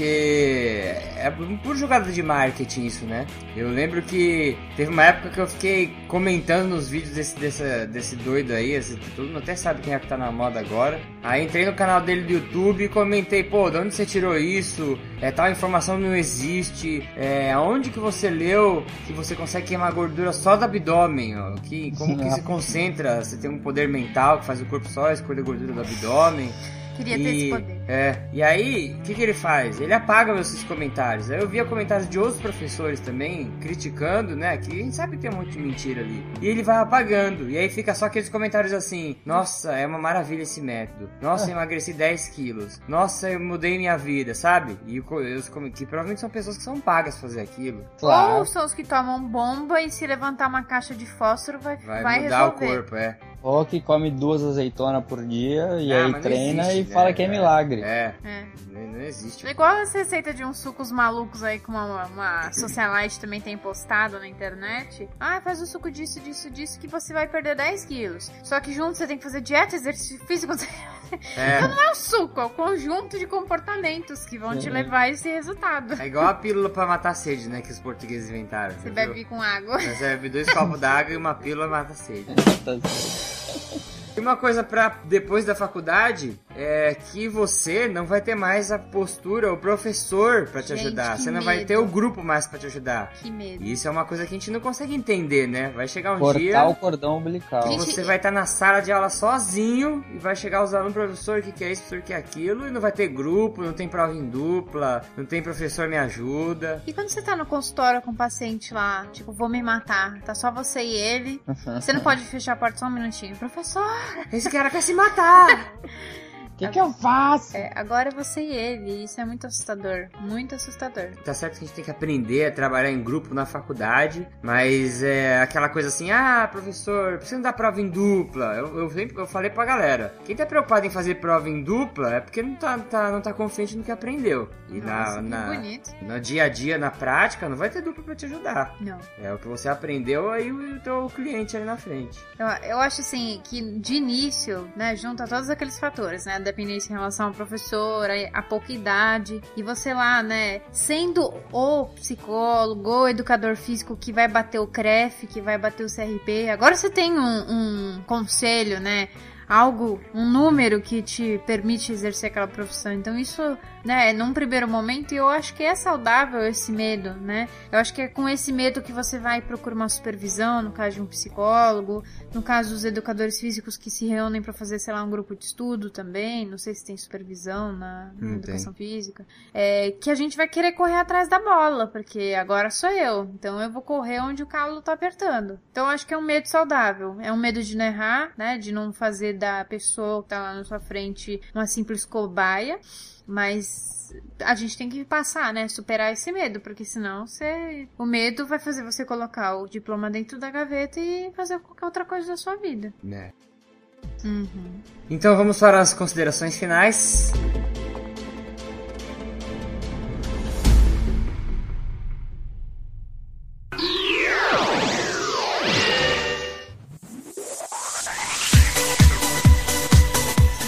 Porque é por jogada de marketing isso, né? Eu lembro que teve uma época que eu fiquei comentando nos vídeos desse doido aí. Todo mundo até sabe quem é que tá na moda agora. Aí entrei no canal dele do YouTube e comentei, de onde você tirou isso? Tal informação não existe. Aonde que você leu que você consegue queimar gordura só do abdômen? Como que se concentra? Você tem um poder mental que faz o corpo só escolher gordura do abdômen. Queria ter esse poder. E aí, o que ele faz? Ele apaga esses comentários. Aí eu via comentários de outros professores também, criticando, né? Que a gente sabe que tem um monte de mentira ali. E ele vai apagando. E aí fica só aqueles comentários assim, nossa, é uma maravilha esse método. Nossa, eu emagreci 10 quilos. Nossa, eu mudei minha vida, sabe? E que provavelmente são pessoas que são pagas pra fazer aquilo. Claro. Ou são os que tomam bomba e se levantar uma caixa de fósforo vai mudar resolver. O corpo, Ou que come 2 azeitonas por dia e aí treina existe, e fala que é milagre. Não existe. Igual as receitas de uns sucos malucos aí que uma socialite também tem postado na internet. Faz o suco disso que você vai perder 10 quilos. Só que junto você tem que fazer dieta, exercício físico. Então não é o suco, é o conjunto de comportamentos que vão te levar a esse resultado. É igual a pílula pra matar a sede, né? Que os portugueses inventaram. Você bebe com água. Você bebe 2 copos d'água e uma pílula mata a sede. E uma coisa pra depois da faculdade é que você não vai ter mais a postura, o professor pra te ajudar. Você não vai ter o grupo mais pra te ajudar. Que medo. E isso é uma coisa que a gente não consegue entender, né? Vai chegar um Cortar dia... Cortar o cordão umbilical. Que você vai estar na sala de aula sozinho e vai chegar os alunos, professor, o que é isso, professor, o que é aquilo, e não vai ter grupo, não tem prova em dupla, não tem professor me ajuda. E quando você tá no consultório com o paciente lá, tipo, vou me matar, tá só você e ele, você não pode fechar a porta só um minutinho. Professor, esse cara quer se matar. O que eu faço? Agora é você e ele, isso é muito assustador, muito assustador. Tá certo que a gente tem que aprender a trabalhar em grupo na faculdade, mas é aquela coisa assim, professor, precisa dar prova em dupla. Eu falei pra galera, quem tá preocupado em fazer prova em dupla é porque não tá confiante no que aprendeu. E bonito. No dia a dia, na prática, não vai ter dupla pra te ajudar. Não. É o que você aprendeu aí o teu cliente ali na frente. Eu acho assim, que de início, né, junta todos aqueles fatores, né, dependência em relação ao professor, a pouca idade, e você lá, né, sendo o psicólogo, o educador físico que vai bater o CREF, que vai bater o CRP, agora você tem um conselho, né, um número que te permite exercer aquela profissão. Então isso, né, num primeiro momento, eu acho que é saudável esse medo, né? Eu acho que é com esse medo que você vai procurar uma supervisão, no caso de um psicólogo, no caso dos educadores físicos que se reúnem para fazer, sei lá, um grupo de estudo também, não sei se tem supervisão na educação física, que a gente vai querer correr atrás da bola, porque agora sou eu, então eu vou correr onde o calo tá apertando. Então eu acho que é um medo saudável, é um medo de não errar, né, de não fazer da pessoa que tá lá na sua frente uma simples cobaia, mas a gente tem que passar, né, superar esse medo, porque senão o medo vai fazer você colocar o diploma dentro da gaveta e fazer qualquer outra coisa da sua vida. Né. Então vamos para as considerações finais.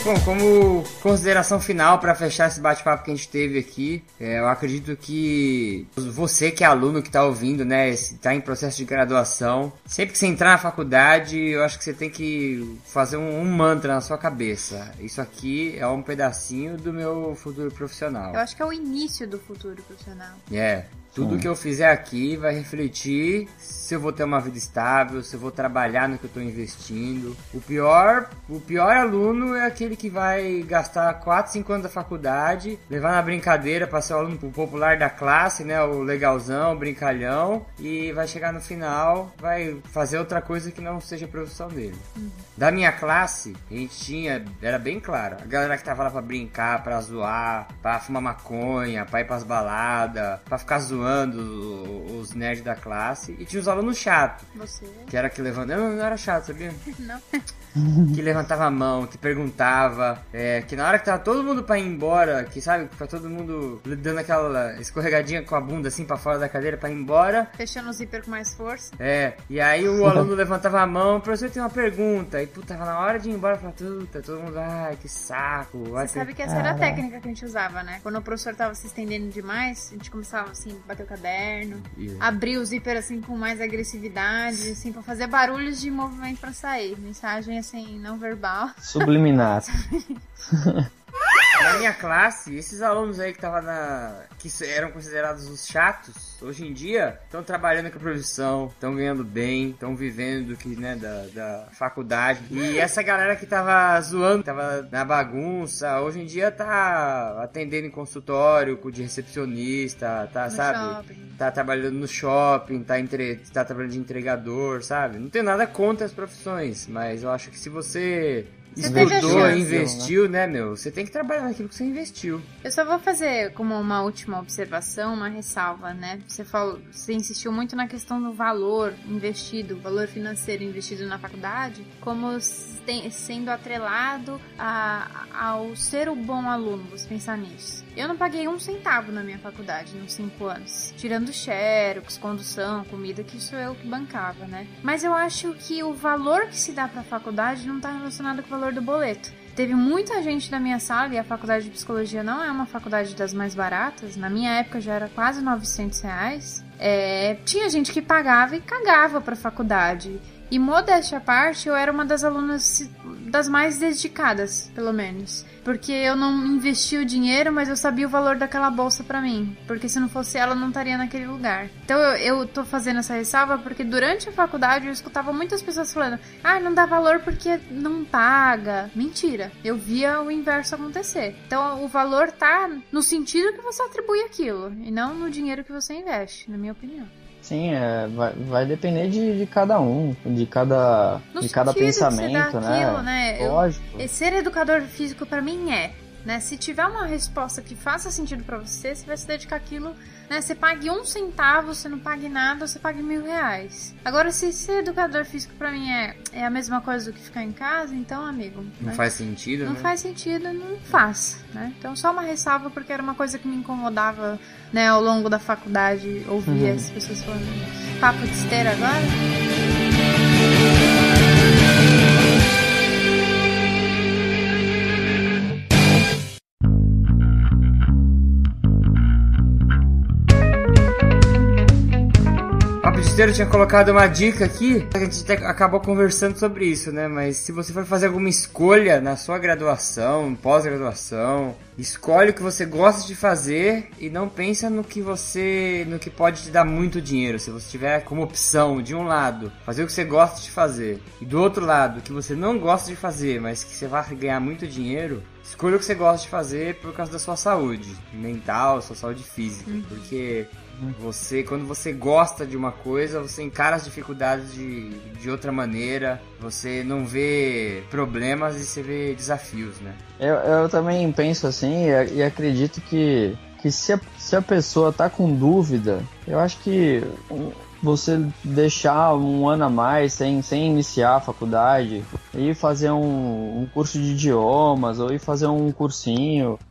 Bom, como consideração final para fechar esse bate-papo que a gente teve aqui, eu acredito que você que é aluno que está ouvindo, né, está em processo de graduação, sempre que você entrar na faculdade, eu acho que você tem que fazer um mantra na sua cabeça. Isso aqui é um pedacinho do meu futuro profissional. Eu acho que é o início do futuro profissional. Tudo que eu fizer aqui vai refletir se eu vou ter uma vida estável, se eu vou trabalhar no que eu estou investindo. O pior aluno é aquele que vai gastar 4, 5 anos da faculdade, levar na brincadeira para ser o aluno popular da classe, né, o legalzão, o brincalhão, e vai chegar no final, vai fazer outra coisa que não seja a profissão dele. Da minha classe, a gente era bem claro, a galera que tava lá pra brincar, pra zoar, pra fumar maconha, pra ir pras baladas, pra ficar zoando os nerds da classe, e tinha os alunos chatos. Você? Que era que levantava. Não era chato, sabia? Não. Que levantava a mão, que perguntava, que na hora que tava todo mundo pra ir embora, que sabe, pra todo mundo dando aquela escorregadinha com a bunda assim pra fora da cadeira pra ir embora. Fechando o zíper com mais força. E aí o aluno levantava a mão, o professor tem uma pergunta, e puta, tava na hora de ir embora, falava, todo mundo, ai, que saco. Você sabe que essa era a técnica que a gente usava, né? Quando o professor tava se estendendo demais, a gente começava assim, bater o caderno, abrir o zíper assim com mais agressividade, assim, pra fazer barulhos de movimento pra sair. Mensagem assim, não verbal. Subliminar. Na minha classe, esses alunos aí que eram considerados os chatos, hoje em dia estão trabalhando com a profissão, estão ganhando bem, estão vivendo da faculdade. E essa galera que tava zoando, tava na bagunça, hoje em dia tá atendendo em consultório, de recepcionista, tá, sabe? Shopping. Tá trabalhando no shopping, tá trabalhando de entregador, sabe? Não tenho nada contra as profissões, mas eu acho que se você estudou, investiu, né, meu? Você tem que trabalhar naquilo que você investiu. Eu só vou fazer como uma última observação, uma ressalva, né? Você insistiu muito na questão do valor investido, valor financeiro investido na faculdade, como sendo atrelado ao ser o bom aluno, você pensar nisso. Eu não paguei 1 centavo na minha faculdade nos 5 anos, tirando xerox, condução, comida, que isso eu que bancava, né? Mas eu acho que o valor que se dá pra faculdade não tá relacionado com o valor do boleto. Teve muita gente da minha sala, e a faculdade de psicologia não é uma faculdade das mais baratas, na minha época já era quase R$900. Tinha gente que pagava e cagava pra faculdade. E modéstia à parte, eu era uma das alunas das mais dedicadas, pelo menos. Porque eu não investi o dinheiro, mas eu sabia o valor daquela bolsa pra mim. Porque se não fosse ela, eu não estaria naquele lugar. Então eu tô fazendo essa ressalva porque durante a faculdade eu escutava muitas pessoas falando: não dá valor porque não paga. Mentira. Eu via o inverso acontecer. Então o valor tá no sentido que você atribui aquilo, e não no dinheiro que você investe, na minha opinião. Sim, vai depender de cada um, de cada pensamento, né? Lógico. Ser educador físico pra mim né? Se tiver uma resposta que faça sentido pra você, você vai se dedicar àquilo, né? Você pague 1 centavo, você não pague nada, você pague R$1.000. Agora, se ser educador físico pra mim é a mesma coisa do que ficar em casa, então, amigo... Não faz sentido, Não faz sentido, não faz, né? Então, só uma ressalva, porque era uma coisa que me incomodava, né, ao longo da faculdade, ouvir as pessoas falando isso. Papo de esteira agora? Eu tinha colocado uma dica aqui, a gente até acabou conversando sobre isso, né? Mas se você for fazer alguma escolha na sua graduação, pós-graduação, escolhe o que você gosta de fazer e não pensa no que pode te dar muito dinheiro. Se você tiver como opção, de um lado, fazer o que você gosta de fazer, e do outro lado, o que você não gosta de fazer, mas que você vai ganhar muito dinheiro, escolha o que você gosta de fazer por causa da sua saúde mental, sua saúde física. Porque quando você gosta de uma coisa, você encara as dificuldades de outra maneira, você não vê problemas e você vê desafios, né? Eu também penso assim e acredito que se a pessoa tá com dúvida, eu acho que você deixar 1 ano a mais sem iniciar a faculdade, ir fazer um curso de idiomas ou ir fazer um cursinho,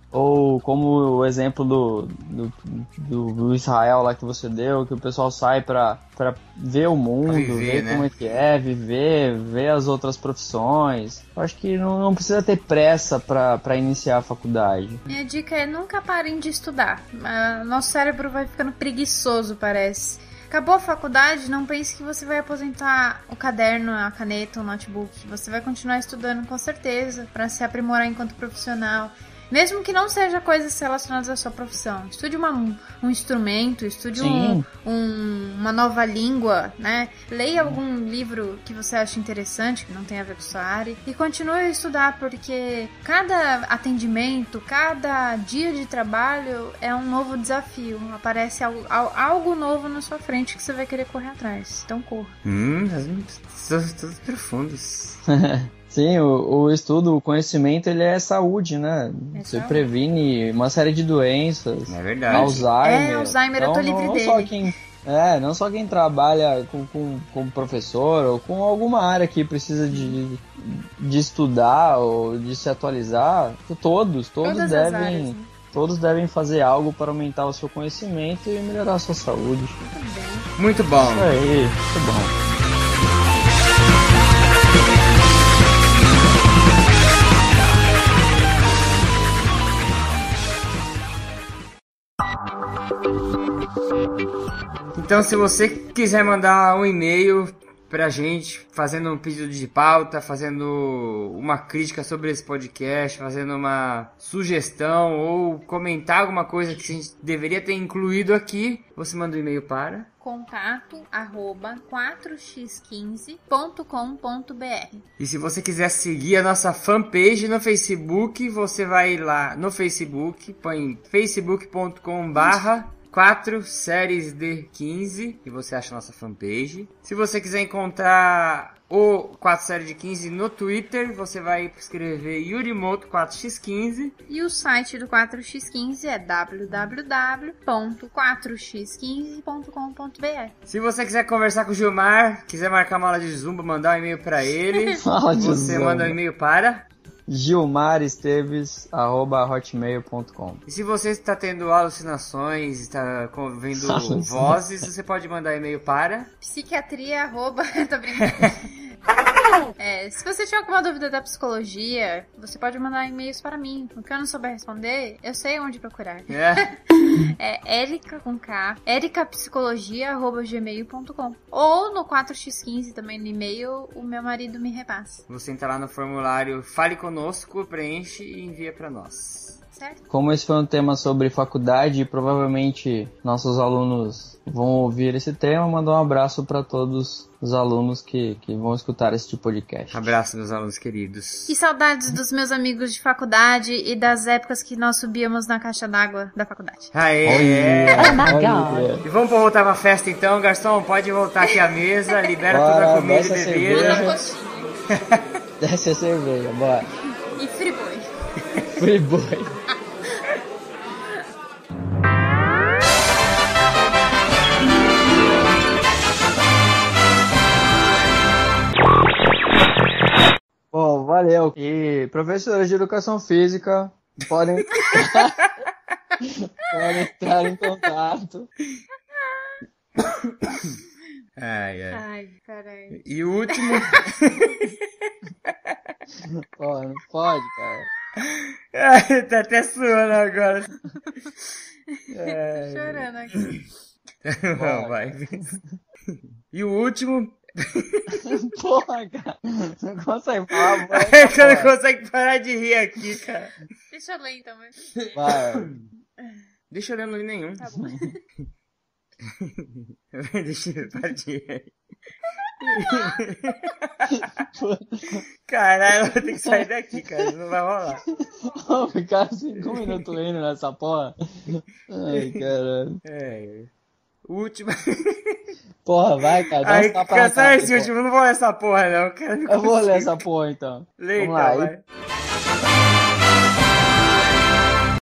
Ou como o exemplo do Israel lá que você deu, que o pessoal sai pra ver o mundo, ver né? como é que é, viver, ver as outras profissões. Eu acho que não precisa ter pressa pra iniciar a faculdade. Minha dica é nunca parem de estudar. Nosso cérebro vai ficando preguiçoso, parece. Acabou a faculdade, não pense que você vai aposentar o caderno, a caneta, o notebook. Você vai continuar estudando com certeza para se aprimorar enquanto profissional. Mesmo que não seja coisas relacionadas à sua profissão. Estude um instrumento, estude uma nova língua, né? Leia algum livro que você acha interessante, que não tem a ver com sua área. E continue a estudar, porque cada atendimento, cada dia de trabalho é um novo desafio. Aparece algo novo na sua frente que você vai querer correr atrás. Então corra. Todos profundos. Sim, o estudo, o conhecimento, ele é saúde, né? Você previne uma série de doenças. É verdade. Alzheimer. Alzheimer, então, eu tô livre dele. Não só quem trabalha como professor ou com alguma área que precisa de estudar ou de se atualizar, todos devem fazer algo para aumentar o seu conhecimento e melhorar a sua saúde. Muito bom. Isso aí, muito bom. Então, se você quiser mandar um e-mail pra gente, fazendo um pedido de pauta, fazendo uma crítica sobre esse podcast, fazendo uma sugestão ou comentar alguma coisa que a gente deveria ter incluído aqui, você manda um e-mail para contato@4x15.com.br. E se você quiser seguir a nossa fanpage no Facebook, você vai lá no Facebook, põe facebook.com/4 séries de 15 e você acha a nossa fanpage. Se você quiser encontrar o 4 séries de 15 no Twitter, você vai escrever Yurimoto 4x15. E o site do 4x15 é www.4x15.com.br. Se você quiser conversar com o Gilmar, quiser marcar uma aula de zumba, mandar um e-mail para ele, você manda um e-mail para gilmaresteves@hotmail.com. E se você está tendo alucinações, está vendo vozes, você pode mandar e-mail para psiquiatria. Tô brincando. Se você tiver alguma dúvida da psicologia, você pode mandar e-mails para mim. O que eu não souber responder, eu sei onde procurar. É Erica com K, ericapsicologia@gmail.com. Ou no 4x15 também no e-mail, o meu marido me repassa. Você entra lá no formulário Fale Conosco, preenche e envia para nós. Certo? Como esse foi um tema sobre faculdade, provavelmente nossos alunos vão ouvir esse tema, mandar um abraço para todos os alunos que vão escutar este podcast. Abraço, meus alunos queridos. E saudades dos meus amigos de faculdade e das épocas que nós subíamos na caixa d'água da faculdade. Aê! Oh my God! E vamos voltar pra festa então, garçom? Pode voltar aqui à mesa, libera toda a comida e bebida. Desce a cerveja, bora. E friboi. Friboi. Bom, valeu. E professores de educação física podem entrar em contato. Ai, caralho. E o último... Pô, não pode, cara. Ai, tá até suando agora. Tô chorando aqui. Não, vai. E o último... Porra, cara. Não consegue falar. É que eu não consigo parar de rir aqui, cara. Deixa eu ler então. Vai. Deixa eu ler, não li nenhum. Tá bom. Deixa eu parar de rir aí. Caralho, eu vou ter que sair daqui, cara. Não vai rolar. Vou ficar 5 minutos indo nessa porra. Ai, caralho. O último. Porra, vai, cara. Dá Ai, uns tapas na cansar cara, esse último, eu não vou ler essa porra, não. Eu vou ler essa porra, então. Lê Vamos então, lá. vai.